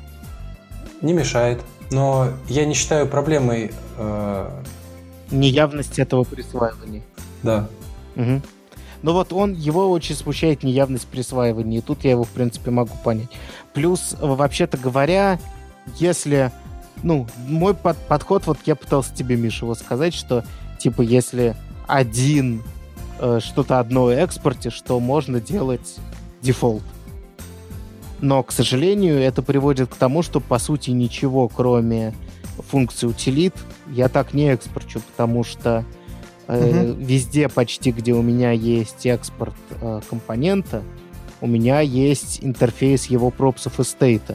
Не мешает, но я не считаю проблемой неявность этого присваивания. Да. Угу. Но вот его очень смущает неявность присваивания, и тут я его, в принципе, могу понять. Плюс, вообще-то говоря, если... мой подход, вот я пытался тебе, Миша, его сказать, что, если что-то одно экспортишь, то можно делать дефолт. Но, к сожалению, это приводит к тому, что, по сути, ничего, кроме функции утилит, я так не экспорчу, потому что везде почти, где у меня есть экспорт компонента, у меня есть интерфейс его пропсов и стейта.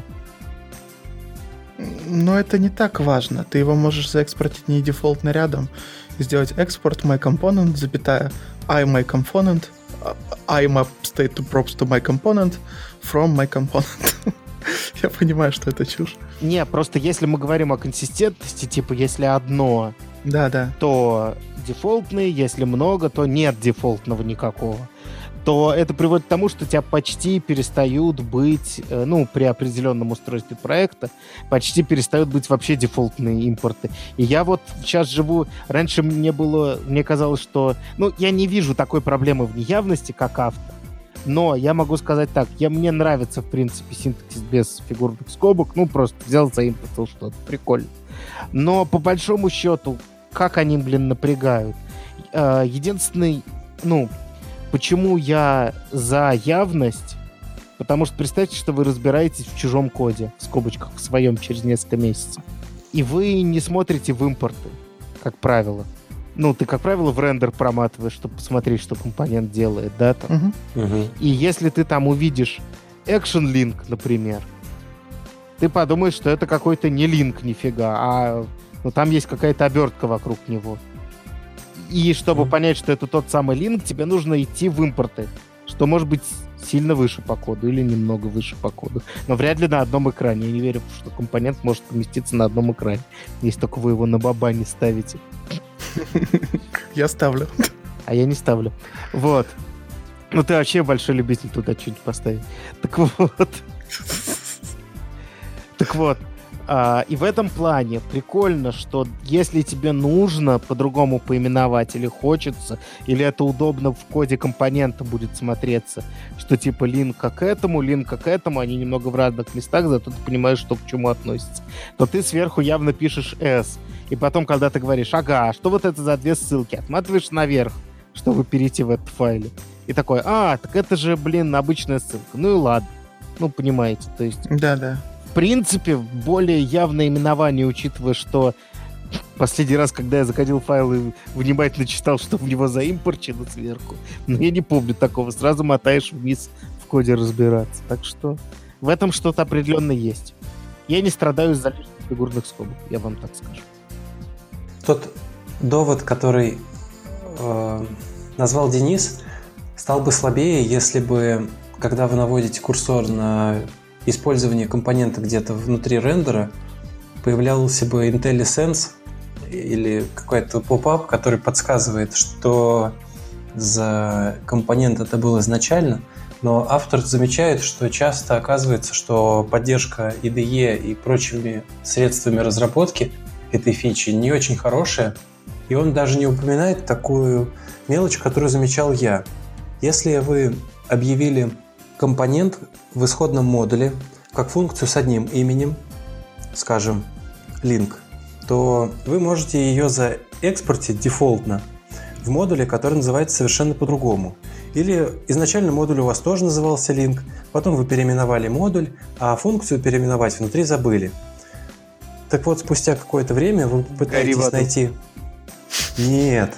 Но это не так важно. Ты его можешь заэкспортить не дефолтно рядом, сделать экспорт my component, I my component, I map state to props to my component from my component. Я понимаю, что это чушь. Не, просто если мы говорим о консистентности, если одно, то дефолтный, если много, то нет дефолтного никакого. То это приводит к тому, что у тебя почти перестают быть, при определенном устройстве проекта, почти перестают быть вообще дефолтные импорты. И я вот сейчас живу... Раньше мне казалось, что... я не вижу такой проблемы в неявности, как автор. Но я могу сказать так, мне нравится, в принципе, синтаксис без фигурных скобок, просто взял, заимпортил что-то, прикольно. Но по большому счету, как они, напрягают. Единственный, почему я за явность, потому что представьте, что вы разбираетесь в чужом коде, в скобочках, в своем, через несколько месяцев, и вы не смотрите в импорты, как правило. Ты, как правило, в рендер проматываешь, чтобы посмотреть, что компонент делает, да, там. И если ты там увидишь action link, например, ты подумаешь, что это какой-то не линк нифига, а там есть какая-то обертка вокруг него. И чтобы понять, что это тот самый линк, тебе нужно идти в импорты, что может быть сильно выше по коду или немного выше по коду. Но вряд ли на одном экране. Я не верю, что компонент может поместиться на одном экране, если только вы его на бабане ставите. Я ставлю. А я не ставлю. Вот. Ты вообще большой любитель туда что-нибудь поставить. Так вот. И в этом плане прикольно, что если тебе нужно по-другому поименовать или хочется, или это удобно в коде компонента будет смотреться, что линка к этому, они немного в разных местах, зато ты понимаешь, что к чему относится, то ты сверху явно пишешь S. И потом, когда ты говоришь, ага, что вот это за две ссылки, отматываешь наверх, чтобы перейти в этот файл. И такой, так это же, обычная ссылка. Ну и ладно. Ну, понимаете, то есть... Да. В принципе, более явное именование, учитывая, что последний раз, когда я заходил в файл и внимательно читал, что в него заимпорчено сверху, но я не помню такого. Сразу мотаешь вниз в коде разбираться. Так что в этом что-то определенно есть. Я не страдаю из-за лишних фигурных скобок, я вам так скажу. Тот довод, который назвал Денис, стал бы слабее, если бы, когда вы наводите курсор на использование компонента где-то внутри рендера, появлялся бы IntelliSense или какой-то поп-ап, который подсказывает, что за компонент это был изначально, но автор замечает, что часто оказывается, что поддержка IDE и прочими средствами разработки этой фичи не очень хорошая, и он даже не упоминает такую мелочь, которую замечал я. Если вы объявили компонент в исходном модуле как функцию с одним именем, скажем, link, то вы можете ее заэкспортить дефолтно в модуле, который называется совершенно по-другому. Или изначально модуль у вас тоже назывался link, потом вы переименовали модуль, а функцию переименовать внутри забыли. Так вот, спустя какое-то время вы пытаетесь найти... Нет,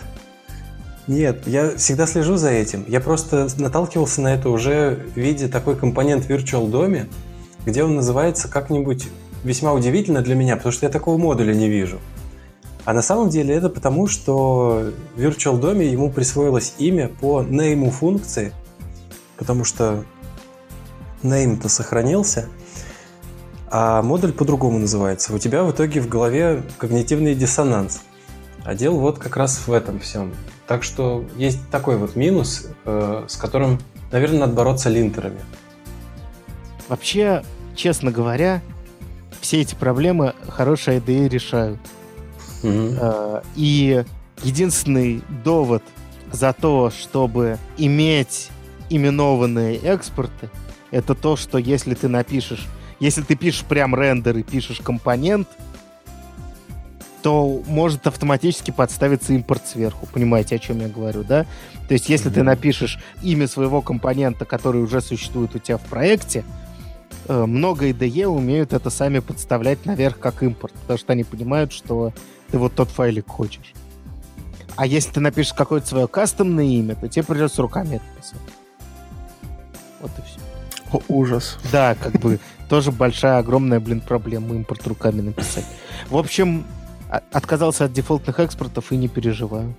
я всегда слежу за этим. Я просто наталкивался на это уже в виде такой компонент в Virtual DOM, где он называется как-нибудь весьма удивительно для меня, потому что я такого модуля не вижу. А на самом деле это потому, что в Virtual DOM ему присвоилось имя по name функции, потому что name-то сохранился, а модуль по-другому называется. У тебя в итоге в голове когнитивный диссонанс. А дело вот как раз в этом всем. Так что есть такой вот минус, с которым, наверное, надо бороться линтерами. Вообще, честно говоря, все эти проблемы хорошие IDE решают. И единственный довод за то, чтобы иметь именованные экспорты, это то, что если ты пишешь прям рендер и пишешь компонент, то может автоматически подставиться импорт сверху. Понимаете, о чем я говорю, да? То есть, если ты напишешь имя своего компонента, который уже существует у тебя в проекте, много IDE умеют это сами подставлять наверх как импорт, потому что они понимают, что ты вот тот файлик хочешь. А если ты напишешь какое-то свое кастомное имя, то тебе придется руками это писать. Вот и все. О, ужас. Да, тоже большая, огромная, проблема импорт руками написать. В общем, отказался от дефолтных экспортов и не переживаю.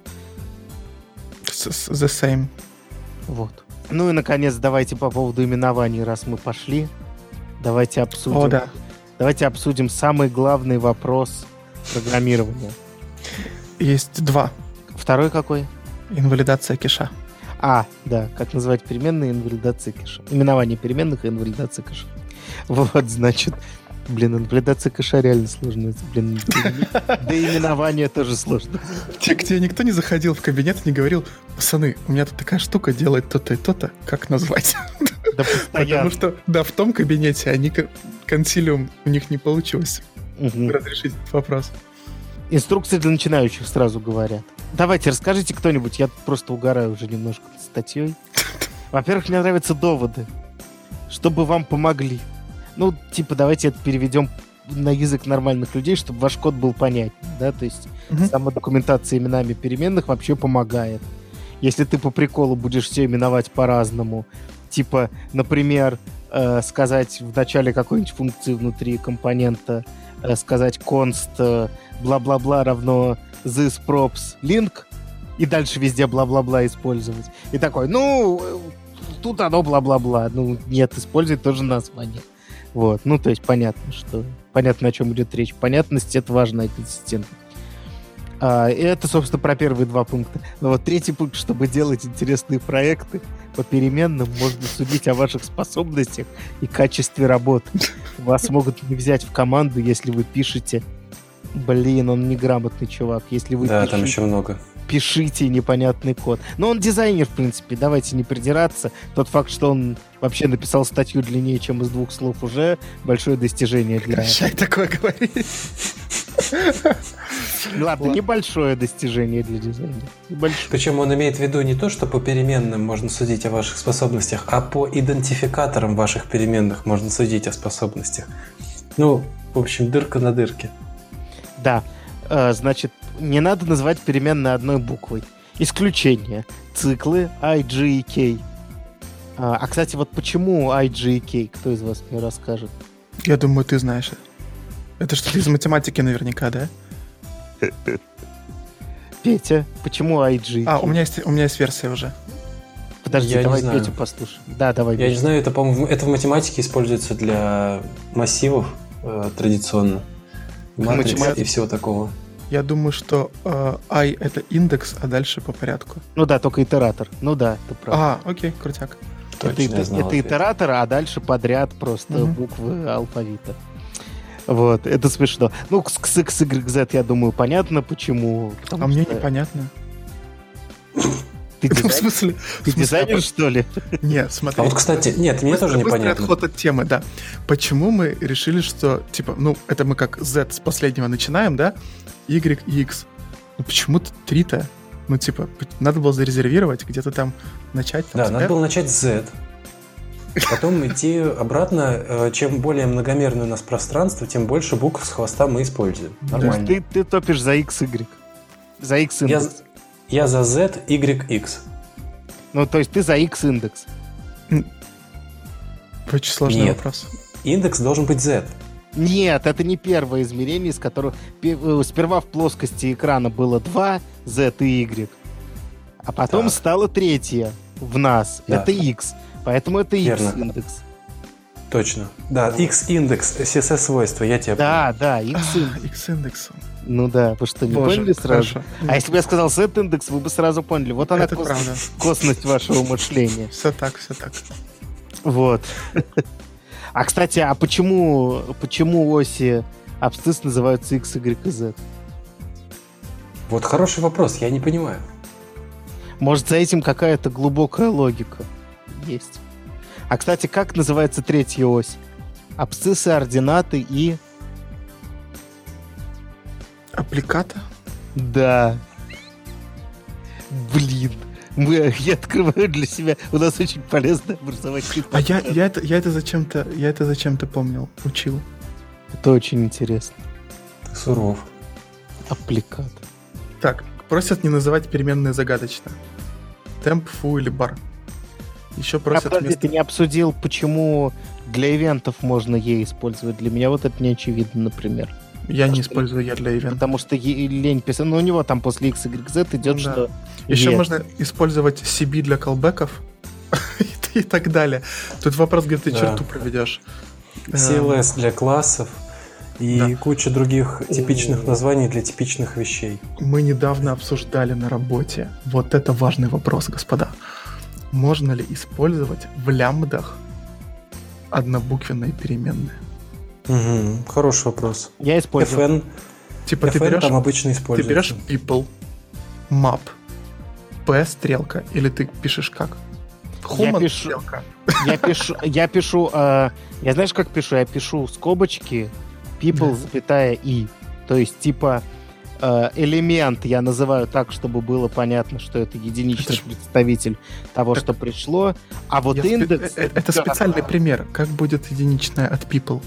The same. Вот. Ну и, наконец, давайте по поводу именований, раз мы пошли. Давайте обсудим. О, да. Давайте обсудим самый главный вопрос программирования. Есть два. Второй какой? Инвалидация кэша. Да, как называть переменные, инвалидация кэша. Именование переменных и инвалидация кэша. Вот, значит, инвалидация кэша реально сложно. Да и именование тоже сложно. К тебе никто не заходил в кабинет и не говорил: пацаны, у меня тут такая штука делает то-то и то-то, как назвать? Да постоянно. Потому что, да, в том кабинете они консилиум, у них не получилось разрешить этот вопрос. Инструкции для начинающих сразу говорят. Давайте, расскажите кто-нибудь, я тут просто угораю уже немножко статьей. Во-первых, мне нравятся доводы, чтобы вам помогли. Давайте это переведем на язык нормальных людей, чтобы ваш код был понятен, да, то есть сама документация именами переменных вообще помогает. Если ты по приколу будешь все именовать по-разному, например, сказать в начале какой-нибудь функции внутри компонента, сказать const бла-бла-бла равно this props link, и дальше везде бла-бла-бла использовать. И такой, тут оно бла-бла-бла. Нет, использовать тоже название. Вот, то есть понятно, о чем идет речь. Понятность — это важно, и консистентность. И это, собственно, про первые два пункта. Но вот третий пункт: чтобы делать интересные проекты по переменным, можно судить о ваших способностях и качестве работы. Вас могут не взять в команду, если вы пишете... он неграмотный чувак. Если вы там еще много. Пишите непонятный код. Но он дизайнер, в принципе, давайте не придираться. Тот факт, что он вообще написал статью длиннее, чем из 2 слов, уже большое достижение для... Прекращай такое говорить. Ладно, небольшое достижение для дизайнера. Небольшое. Причем он имеет в виду не то, что по переменным можно судить о ваших способностях, а по идентификаторам ваших переменных можно судить о способностях. Ну, в общем, дырка на дырке. Да. Значит, не надо называть переменные одной буквой. Исключение. Циклы I, G и K. А, кстати, вот почему I, G и K? Кто из вас мне расскажет? Я думаю, ты знаешь. Это что-то из математики наверняка, да? Петя, почему I, G и K? У меня есть версия уже. Подожди, Я давай не знаю. Петю послушаем. Да, давай. Я не знаю, это, по-моему, это в математике используется для массивов традиционно. Матрикс и всего такого. Я думаю, что I — это индекс, а дальше по порядку. Ну да, только итератор. Ну да, ты прав. Окей, крутяк. Точно, я знал Это ответ. итератор, а дальше подряд просто буквы алфавита. Вот, это смешно. Ну, с X, Y, Z, я думаю, понятно, почему. А мне непонятно. Ты В смысле? дизайнер, что ли? Нет, смотри. А вот, кстати, нет, мне тоже Быстрый непонятно. отход от темы, да. Почему мы решили, что, типа, это мы как Z с последнего начинаем, да? Y и X. Ну, почему-то 3-то. Ну, типа, надо было зарезервировать, где-то там начать. Да, надо было начать с Z. Потом идти обратно. Чем более многомерное у нас пространство, тем больше букв с хвоста мы используем. Нормально. Ты топишь за X, Y. За X индекс. Я за Z, Y, X. Ну, то есть ты за X индекс. Очень сложный Нет. вопрос. Индекс должен быть Z. Нет, это не первое измерение, из которых сперва в плоскости экрана было 2 Z и Y, а потом Так. стало третье в нас. Да. Это X. Поэтому это X Верно. индекс. Точно. Да, X-индекс, CSS-свойства, я тебя понял. Да, X индекс. X-индекс. Ну да, вы что, не Боже, поняли сразу? хорошо. А если бы я сказал Z-индекс, вы бы сразу поняли. Вот она Это правда. косность вашего мышления. Все так, все так. Вот. А, кстати, а почему оси абсцисс называются X, Y и Z? Вот хороший вопрос, я не понимаю. Может, за этим какая-то глубокая логика есть. А, кстати, как называется третья ось? Абсциссы, ординаты и... Аппликата? Да. Блин. Я открываю для себя. У нас очень полезно образовать. А я это зачем-то помнил, учил. Это очень интересно. Ты суров. Аппликат. Так, просят не называть переменные загадочно. Темп, фу или бар. Еще просят Подожди, вместо... ты не обсудил, почему для ивентов можно E использовать. Для меня вот это не очевидно, например. Я не использую я для ивента. Потому что лень писать. Но у него там после X, Y, Z идет, Да. что... Еще E. можно использовать CB для колбеков и так далее. Тут вопрос, где ты Да. черту проведешь. CLS для классов и Да. куча других типичных названий для типичных вещей. Мы недавно обсуждали на работе. Вот это важный вопрос, господа. Можно ли использовать в лямбдах однобуквенные переменные? Угу, хороший вопрос. Я использую. FN, Типа ты FN берешь, там обычно ты используется. берешь people, map, p стрелка, или ты пишешь как? Human пишу- стрелка. Я знаешь, как пишу? Я пишу скобочки people, запятая и. То есть, типа, элемент я называю так, чтобы было понятно, что это единичный Это ж- представитель того, Так- что пришло. А вот Я индекс... это специальный пример. Как будет единичное от people?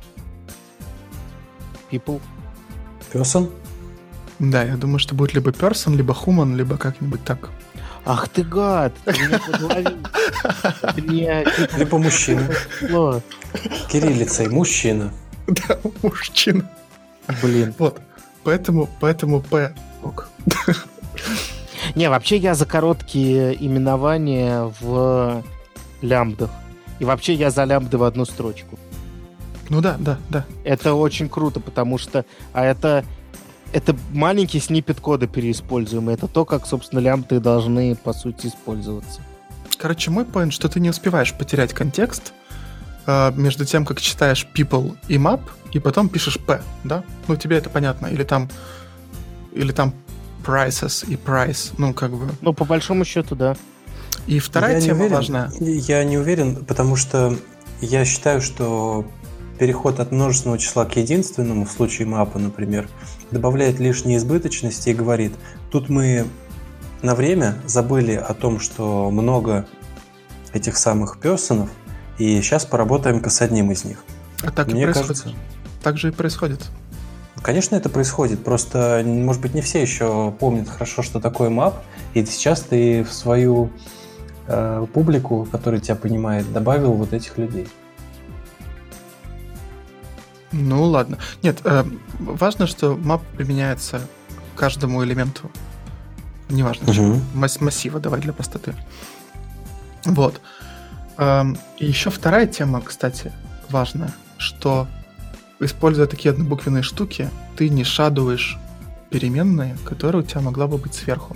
People. Person? Да, я думаю, что будет либо person, либо human, либо как-нибудь так. Ах ты гад! Ты меня подловил. Мне Либо мужчина. повезло. Кириллицей мужчина. Да, мужчина. Блин. Вот. Поэтому P. Ок. Не, вообще я за короткие именования в лямбдах. И вообще я за лямбды в одну строчку. Ну да. Это очень круто, потому что это маленький сниппет кода переиспользуемый. Это то, как, собственно, лямбды должны, по сути, использоваться. Короче, мой point, что ты не успеваешь потерять контекст между тем, как читаешь people и map, и потом пишешь p, да? Ну, тебе это понятно. Или там prices и price, ну, как бы. Ну, по большому счету, да. И вторая Я не тема уверен. важная. Я не уверен, потому что я считаю, что переход от множественного числа к единственному, в случае мапа, например, добавляет лишние избыточности и говорит, тут мы на время забыли о том, что много этих самых персонов, и сейчас поработаем-ка с одним из них. А так и происходит. Так же и происходит. Конечно, это происходит, просто, может быть, не все еще помнят хорошо, что такое мап, и сейчас ты в свою публику, которая тебя понимает, добавил вот этих людей. Ну ладно. Нет, важно, что map применяется к каждому элементу. Неважно, массива, давай для простоты. Вот. И еще вторая тема, кстати, важная, что, используя такие однобуквенные штуки, ты не шадуешь переменные, которые у тебя могла бы быть сверху.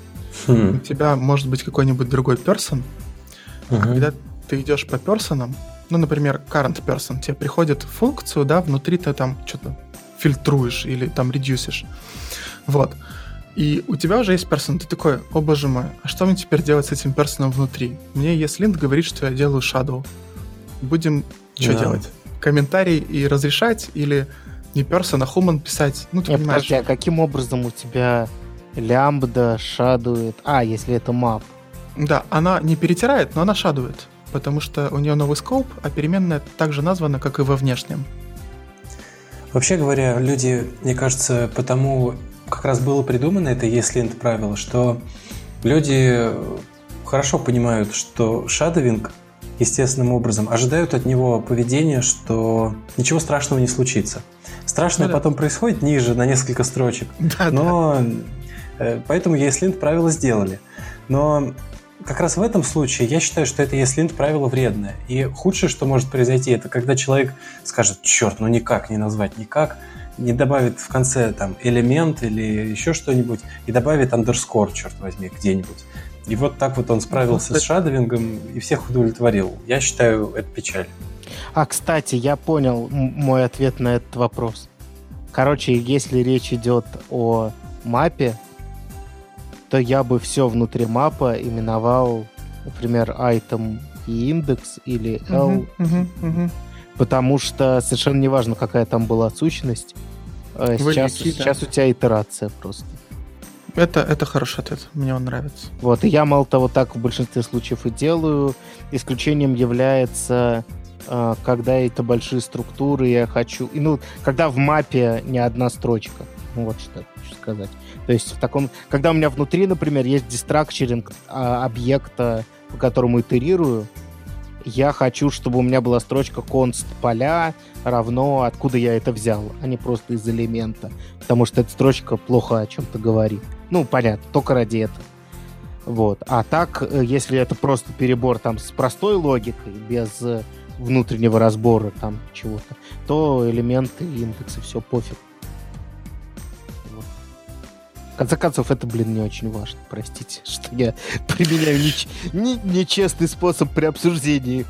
У тебя может быть какой-нибудь другой person, а когда ты идешь по персонам, ну, например, current person, тебе приходит в функцию, да, внутри ты там что-то фильтруешь или там редюсишь. Вот. И у тебя уже есть person, ты такой, о боже мой, а что мне теперь делать с этим персоном внутри? Мне ESLint говорит, что я делаю shadow. Будем что делать? Комментарий и разрешать или не person, а human писать? Ну, ты понимаешь. Подожди, а каким образом у тебя лямбда шадует? Если это map. Да, она не перетирает, но она шадует, потому что у нее новый скоп, а переменная также названа, как и во внешнем. Вообще говоря, люди, мне кажется, потому как раз было придумано это ESLint правило, что люди хорошо понимают, что шадовинг естественным образом ожидают от него поведения, что ничего страшного не случится. Страшное потом происходит ниже, на несколько строчек. Но поэтому ESLint правило сделали. Но как раз в этом случае я считаю, что это ESLint правило вредное. И худшее, что может произойти, это когда человек скажет, черт, никак не назвать никак, не добавит в конце там элемент или еще что-нибудь, и добавит underscore, черт возьми, где-нибудь. И вот так вот он справился с шадовингом и всех удовлетворил. Я считаю, это печаль. Кстати, я понял мой ответ на этот вопрос. Короче, если речь идет о мапе, то я бы все внутри мапа именовал, например, item и индекс или L, потому что совершенно не важно, какая там была сущность. Сейчас у тебя итерация просто. Это хороший ответ, мне он нравится. Вот, и я, мало того, так в большинстве случаев и делаю. Исключением является, когда это большие структуры, я хочу... когда в мапе не одна строчка. Вот что я хочу сказать. То есть когда у меня внутри, например, есть дистракчеринг объекта, по которому итерирую, я хочу, чтобы у меня была строчка const поля равно откуда я это взял, а не просто из элемента. Потому что эта строчка плохо о чем-то говорит. Понятно, только ради этого. Вот. А так, если это просто перебор там с простой логикой, без внутреннего разбора там чего-то, то элементы, индексы, все пофиг. Вот. В конце концов, это, не очень важно. Простите, что я применяю нечестный способ при обсуждении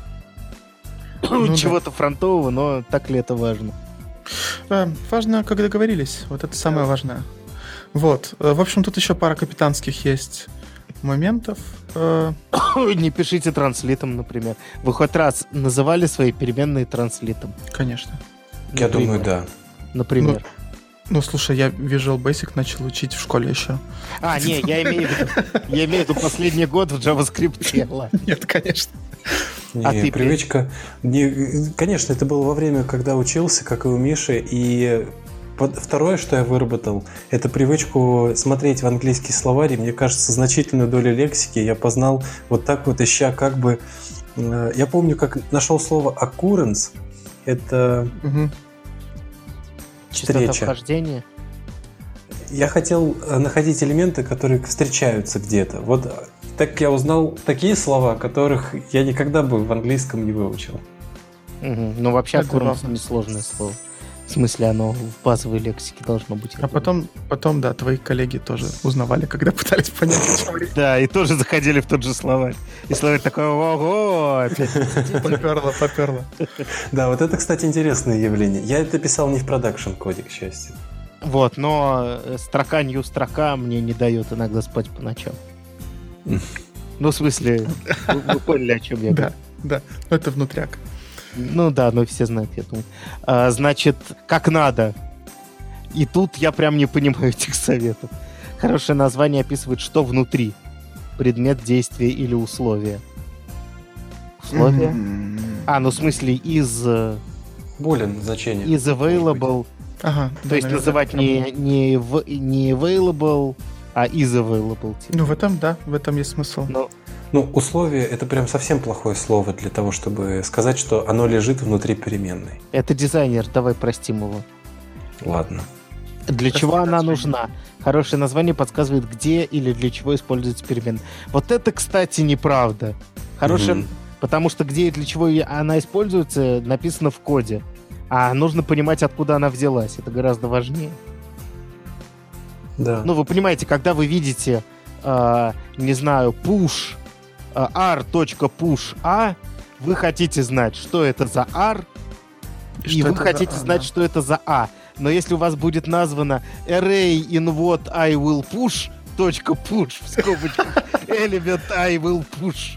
чего-то фронтового, но так ли это важно? Важно, как договорились. Вот это самое важное. Вот. В общем, тут еще пара капитанских есть моментов. Не пишите транслитом, например. Вы хоть раз называли свои переменные транслитом? Конечно. Я думаю, да. Например. Слушай, я Visual Basic начал учить в школе еще. Я имею в виду последний год в JavaScript. Нет, конечно. Привычка... Конечно, это было во время, когда учился, как и у Миши, и второе, что я выработал, это привычку смотреть в английский словарь, и, мне кажется, значительную долю лексики я познал вот так вот, ища как бы... Я помню, как нашел слово occurrence, это... Частота вхождения? Я хотел находить элементы, которые встречаются где-то. Вот так я узнал такие слова, которых я никогда бы в английском не выучил. Вообще occurrence несложное слово. В смысле, оно в базовой лексике должно быть. А потом, да, твои коллеги тоже узнавали, когда пытались понять, о чем речь. Да, и тоже заходили в тот же словарь. И словарь такой, ого! Поперло. Да, вот это, кстати, интересное явление. Я это писал не в продакшн-коде, к счастью. Вот, но строка мне не дает иногда спать по ночам. В смысле, вы поняли, о чем я говорю. Да, это внутряк. Ну да, но все знают, я думаю. Значит, как надо. И тут я прям не понимаю этих советов. Хорошее название описывает, что внутри. Предмет, действия или условия. Условия? Ну в смысле из... Булин значение. Из available. Ага. То есть называть не available, а is available. Типа. Ну, в этом есть смысл. Ну, условие — это прям совсем плохое слово для того, чтобы сказать, что оно лежит внутри переменной. Это дизайнер, давай простим его. Ладно. Для чего она нужна? Хорошее название подсказывает, где или для чего используется переменная. Вот это, кстати, неправда. Хорошее, потому что где и для чего она используется, написано в коде. А нужно понимать, откуда она взялась. Это гораздо важнее. Да. Ну, вы понимаете, когда вы видите, не знаю, push, r.push a, вы хотите знать, что это за r, и вы хотите знать, что это за a. Но если у вас будет названо array in what I will push, .push, в скобочках, element I will push,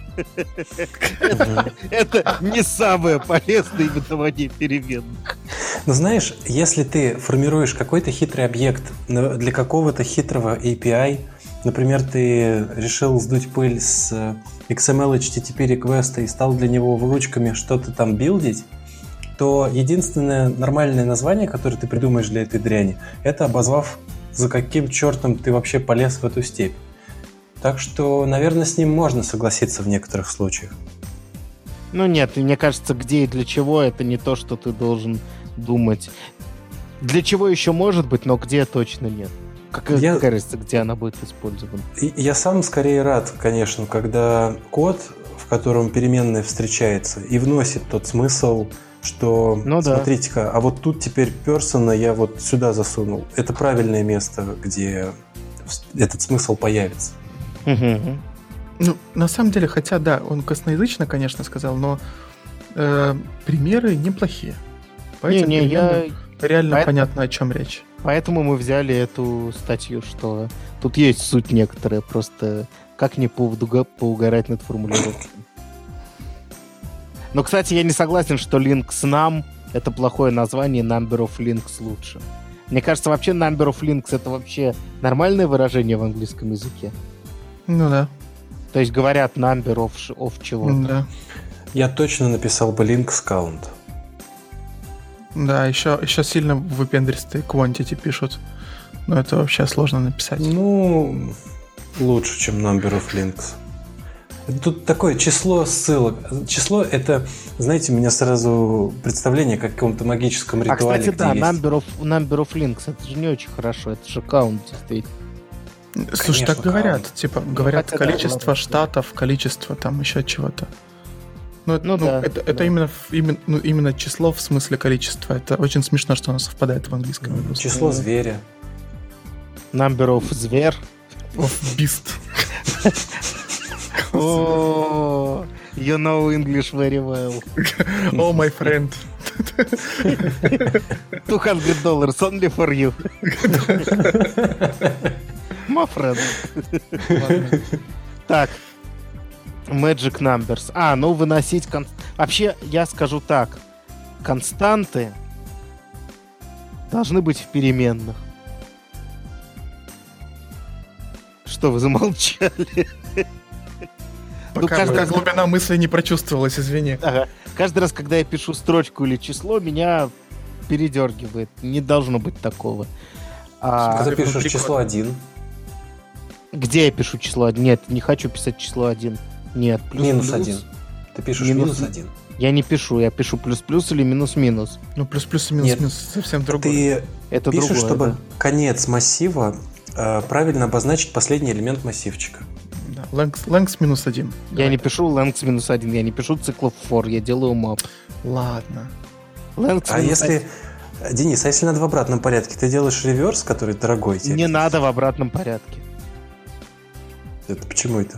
это не самое полезное именование переменных. Но знаешь, если ты формируешь какой-то хитрый объект для какого-то хитрого API, например, ты решил сдуть пыль с XML HTTP реквеста и стал для него ручками что-то там билдить, то единственное нормальное название, которое ты придумаешь для этой дряни, это обозвав, за каким чертом ты вообще полез в эту степь. Так что, наверное, с ним можно согласиться в некоторых случаях. Ну нет, мне кажется, где и для чего это не то, что ты должен думать. Для чего еще может быть, но где точно нет. Какая разница, где она будет использована? Я сам скорее рад, конечно, когда код, в котором переменная встречается, и вносит тот смысл, что, смотрите-ка, а вот тут теперь персона я вот сюда засунул. Это правильное место, где этот смысл появится. Ну, на самом деле, хотя, да, он косноязычно, конечно, сказал, но примеры неплохие. Реально понятно, о чем речь. Поэтому мы взяли эту статью, что тут есть суть некоторая, просто как не поугарать над формулировкой. Но, кстати, я не согласен, что links num — это плохое название, number of links лучше. Мне кажется, вообще number of links — это вообще нормальное выражение в английском языке. Ну да. То есть говорят number of чего-то. Да. Я точно написал бы links count. Да, еще сильно выпендристые quantity пишут. Но это вообще сложно написать. Ну, лучше, чем number of links. Тут такое число ссылок. Число — это, знаете, у меня сразу представление как о каком-то магическом ритуале. Кстати, да, number of links, это же не очень хорошо, это же count, действительно. Слушай, Конечно, так говорят, count. типа, говорят количество штатов, количество там еще чего-то. Это именно число в смысле количества. Это очень смешно, что оно совпадает в английском. Число зверя. Number of зверь. Of beast. Oh, you know English very well. Oh, my friend. $200 only for you. My friend. Так. Magic numbers. Выносить... Вообще, я скажу так. Константы должны быть в переменных. Что вы замолчали? Пока глубина мысли не прочувствовалась, извини. Ага. Каждый раз, когда я пишу строчку или число, меня передергивает. Не должно быть такого. Когда пишешь число 1. Где я пишу число 1? Нет, не хочу писать число 1. Нет, минус 1. Ты пишешь минус 1. Я не пишу, я пишу плюс-плюс или минус-минус. Ну, плюс-плюс и минус-минус совсем другое. Ты пишешь, чтобы конец массива правильно обозначить последний элемент массивчика. Да. Length минус 1. Я не пишу length минус 1, я не пишу циклов for, я делаю map. Ладно. Денис, а если надо в обратном порядке, ты делаешь реверс, который дорогой тебе? Не надо в обратном порядке. Это почему это?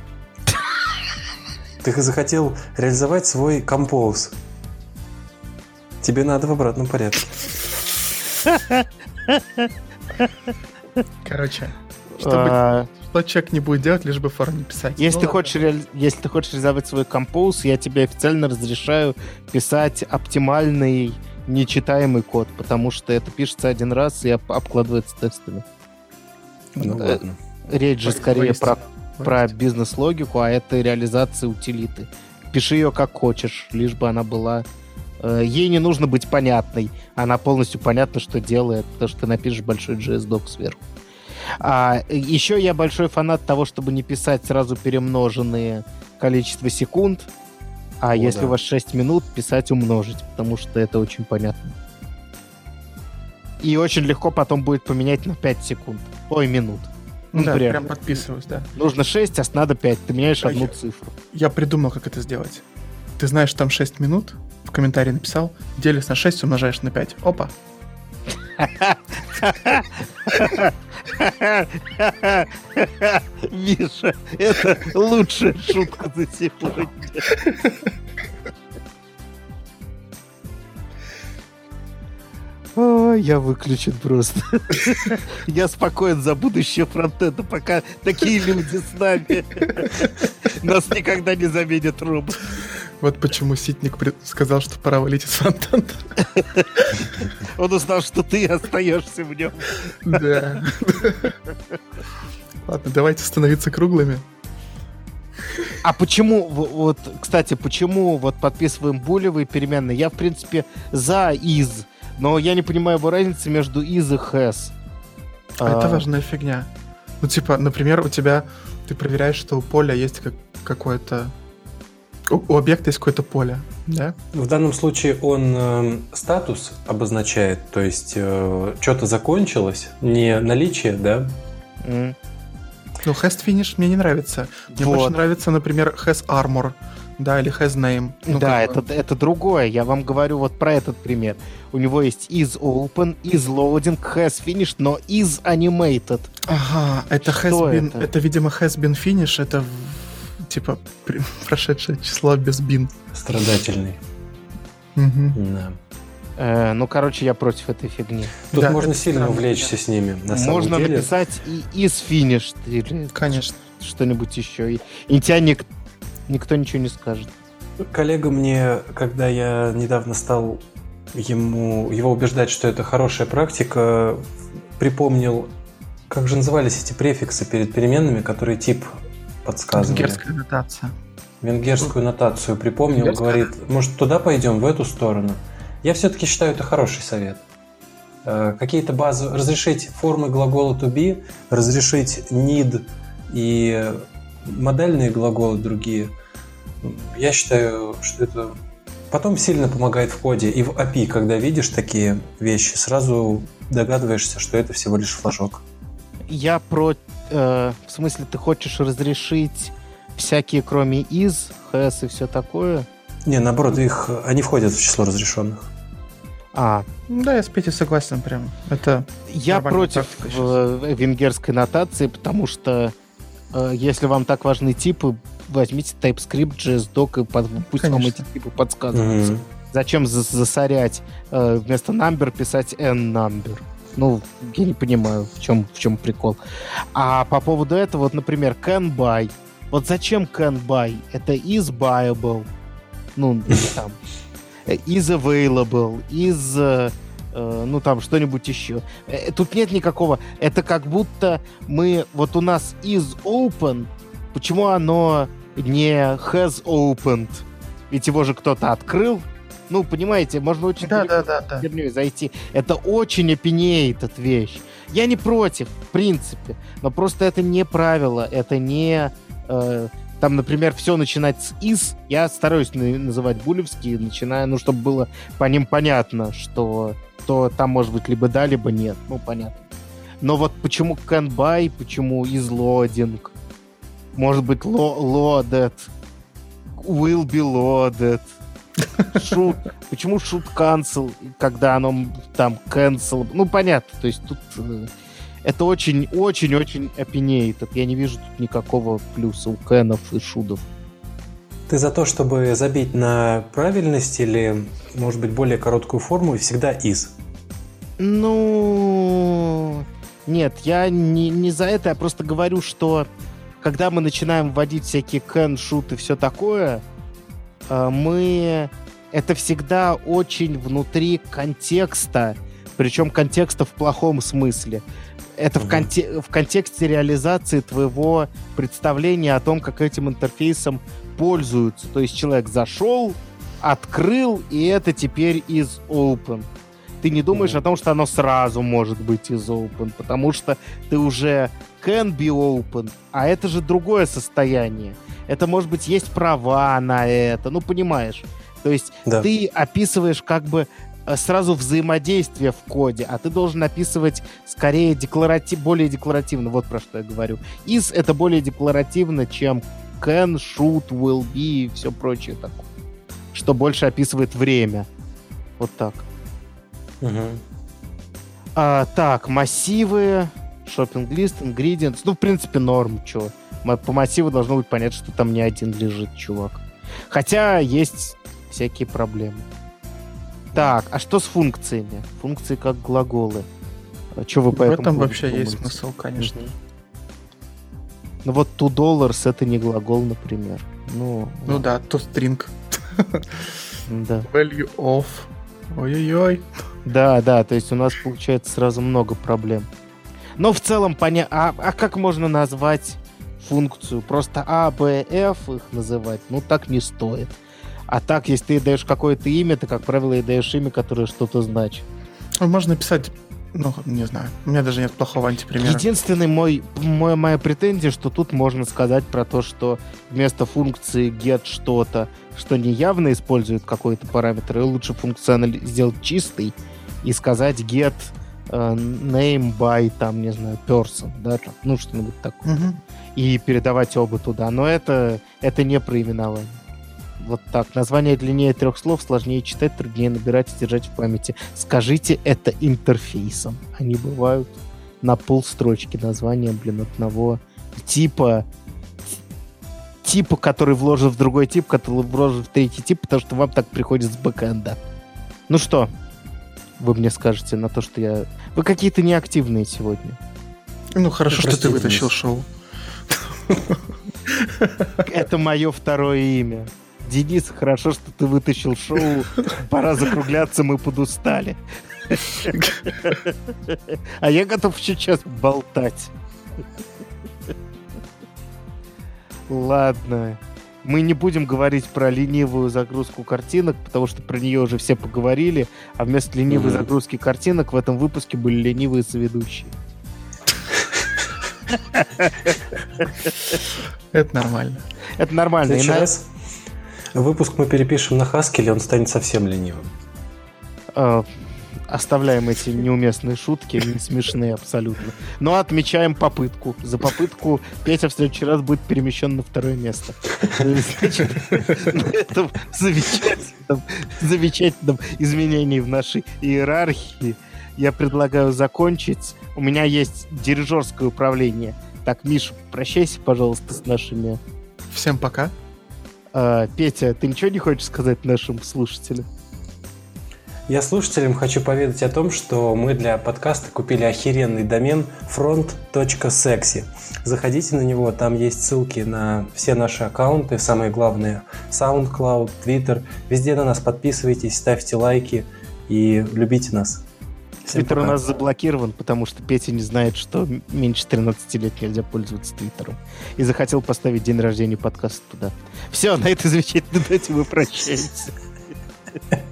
Ты захотел реализовать свой композ. Тебе надо в обратном порядке. Короче, чек не будет делать, лишь бы for не писать. Если ты хочешь реализовать свой композ, я тебе официально разрешаю писать оптимальный нечитаемый код, потому что это пишется один раз и обкладывается тестами. Ладно. Речь же скорее про бизнес-логику, а это реализация утилиты. Пиши ее как хочешь, лишь бы она была... Ей не нужно быть понятной. Она полностью понятна, что делает, потому что ты напишешь большой JS-док сверху. Еще я большой фанат того, чтобы не писать сразу перемноженные количество секунд, если у вас 6 минут, писать умножить, потому что это очень понятно. И очень легко потом будет поменять на 5 секунд. Минут. Да, прям подписываюсь, да. Нужно 6, а надо 5. Ты меняешь одну цифру. Я придумал, как это сделать. Ты знаешь, там 6 минут, в комментарии написал, делишь на 6, умножаешь на 5. Опа. Миша, это лучшая шутка за сегодня. Я выключен просто. Я спокоен за будущее фронтенда, пока такие люди с нами. Нас никогда не заменят робот. Вот почему Ситник сказал, что пора валить из фронтенда. Он узнал, что ты остаешься в нем. Да. Ладно, давайте становиться круглыми. А почему, кстати, почему подписываем булевые переменные? Я, в принципе, за is, но я не понимаю его разницы между is и has. Это важная фигня. Например, у тебя, ты проверяешь, что у поля есть какое-то... У объекта есть какое-то поле, да? В данном случае он статус обозначает, то есть что-то закончилось, не наличие, да? Has finish мне не нравится. Мне больше нравится, например, has armor, да, или has name. Это другое. Я вам говорю про этот пример. У него есть is open, is loading, has finished, но is animated. Ага, это has been, это, видимо, has been finished, это типа прошедшее число без bin. Страдательный. Да. Я против этой фигни. Тут можно сильно увлечься с ними, на самом можно деле. Написать и is finished или конечно. Что-нибудь еще. И тебя никто ничего не скажет. Коллега мне, когда я недавно стал его убеждать, что это хорошая практика, припомнил, как же назывались эти префиксы перед переменными, которые тип подсказывали. Венгерская нотация. Венгерскую нотацию припомнил, говорит, может, туда пойдем, в эту сторону. Я все-таки считаю, это хороший совет. Какие-то базы... Разрешить формы глагола to be, разрешить need и модальные глаголы другие. Я считаю, что это потом сильно помогает в коде. И в API, когда видишь такие вещи, сразу догадываешься, что это всего лишь флажок. В смысле, ты хочешь разрешить всякие, кроме is, has и все такое? Не, наоборот, они входят в число разрешенных. Да, я с Петей согласен прям. Это я против венгерской нотации, потому что если вам так важны типы, возьмите TypeScript, JS-док и пусть вам эти типы подсказываются. Зачем засорять? Вместо number писать n-number. Я не понимаю, в чем прикол. А по поводу этого, например, can buy. Зачем can buy? Это is buyable. Там is available, is что-нибудь еще. Тут нет никакого... Это как будто у нас is open, почему оно не has opened? Ведь его же кто-то открыл. Понимаете, можно очень херней зайти. Это очень opinionated вещь. Я не против, в принципе, но просто это не правило, это не... Там, например, все начинать с is, я стараюсь называть булевские, начиная, чтобы было по ним понятно, что там может быть либо да, либо нет. Понятно. Но почему can buy, почему is loading, может быть loaded, will be loaded, should, почему should cancel, когда оно там cancel, понятно, то есть тут... Это очень-очень-очень opinionated. Я не вижу тут никакого плюса у кэнов и шудов. Ты за то, чтобы забить на правильность или, может быть, более короткую форму и всегда is? Нет, я не за это, я просто говорю, что когда мы начинаем вводить всякие can, shoot и все такое, это всегда очень внутри контекста, причем контекста в плохом смысле. Это в контексте реализации твоего представления о том, как этим интерфейсом пользуются. То есть человек зашел, открыл, и это теперь из open. Ты не думаешь о том, что оно сразу может быть из open, потому что ты уже can be open, а это же другое состояние. Это, может быть, есть права на это, ну, понимаешь. То есть ты описываешь как бы сразу взаимодействие в коде, а ты должен описывать скорее более декларативно. Вот про что я говорю. Is — это более декларативно, чем can, should, will be и все прочее такое. Что больше описывает время. Вот так. Так, массивы, shopping-лист, ingredients. Ну, в принципе, норм, чё. По массиву должно быть понятно, что там не один лежит, чувак. Хотя есть всякие проблемы. Так, а что с функциями? Функции как глаголы. Что вы по этому В этом поводу вообще думаете? есть смысл, конечно. Ну вот $2 это не глагол, например. Ну да, toString. Да. Value of. Ой-ой-ой. Да, то есть у нас получается сразу много проблем. Но в целом понятно. А как можно назвать функцию? Просто А, Б, Ф их называть? Ну так не стоит. А так, если ты даешь какое-то имя, ты, как правило, и даешь имя, которое что-то значит. Можно писать, ну, не знаю. У меня даже нет плохого антипримера. Единственный моя претензия, что тут можно сказать про то, что вместо функции get что-то, что неявно использует какой-то параметр, и лучше функционал сделать чистый и сказать get name by, там, не знаю, person, да, там, ну, что-нибудь такое. И передавать оба туда. Но это не проименование. Вот так. Название длиннее 3 слов, сложнее читать, труднее набирать и держать в памяти. Скажите это интерфейсом. Они бывают на полстрочки названия, одного типа, который вложен в другой тип, который вложен в третий тип, потому что вам так приходит с бэкэнда. Ну что, вы мне скажете на то, что я... Вы какие-то неактивные сегодня. Ну, хорошо, что ты вытащил шоу. Это мое второе имя. Денис, хорошо, что ты вытащил шоу. Пора закругляться, мы подустали. А я готов еще час болтать. Ладно. Мы не будем говорить про ленивую загрузку картинок, потому что про нее уже все поговорили, а вместо ленивой загрузки картинок в этом выпуске были ленивые соведущие. Это нормально. Это нормально. Сейчас выпуск мы перепишем на Haskell, он станет совсем ленивым. Оставляем эти неуместные шутки, не смешные абсолютно. Но отмечаем попытку. За попытку Петя в следующий раз будет перемещен на второе место. Значит, на этом замечательном изменении в нашей иерархии я предлагаю закончить. У меня есть дирижерское управление. Так, Миша, прощайся, пожалуйста, с нашими... Всем пока. Петя, ты ничего не хочешь сказать нашим слушателям? Я слушателям хочу поведать о том, что мы для подкаста купили охеренный домен front.sexy. Заходите на него, там есть ссылки на все наши аккаунты, самые главные SoundCloud, Twitter. Везде на нас подписывайтесь, ставьте лайки и любите нас. Твиттер у нас заблокирован, потому что Петя не знает, что меньше 13 лет нельзя пользоваться Твиттером. И захотел поставить день рождения подкаста туда. Все, на этой замечательной ноте мы прощаемся.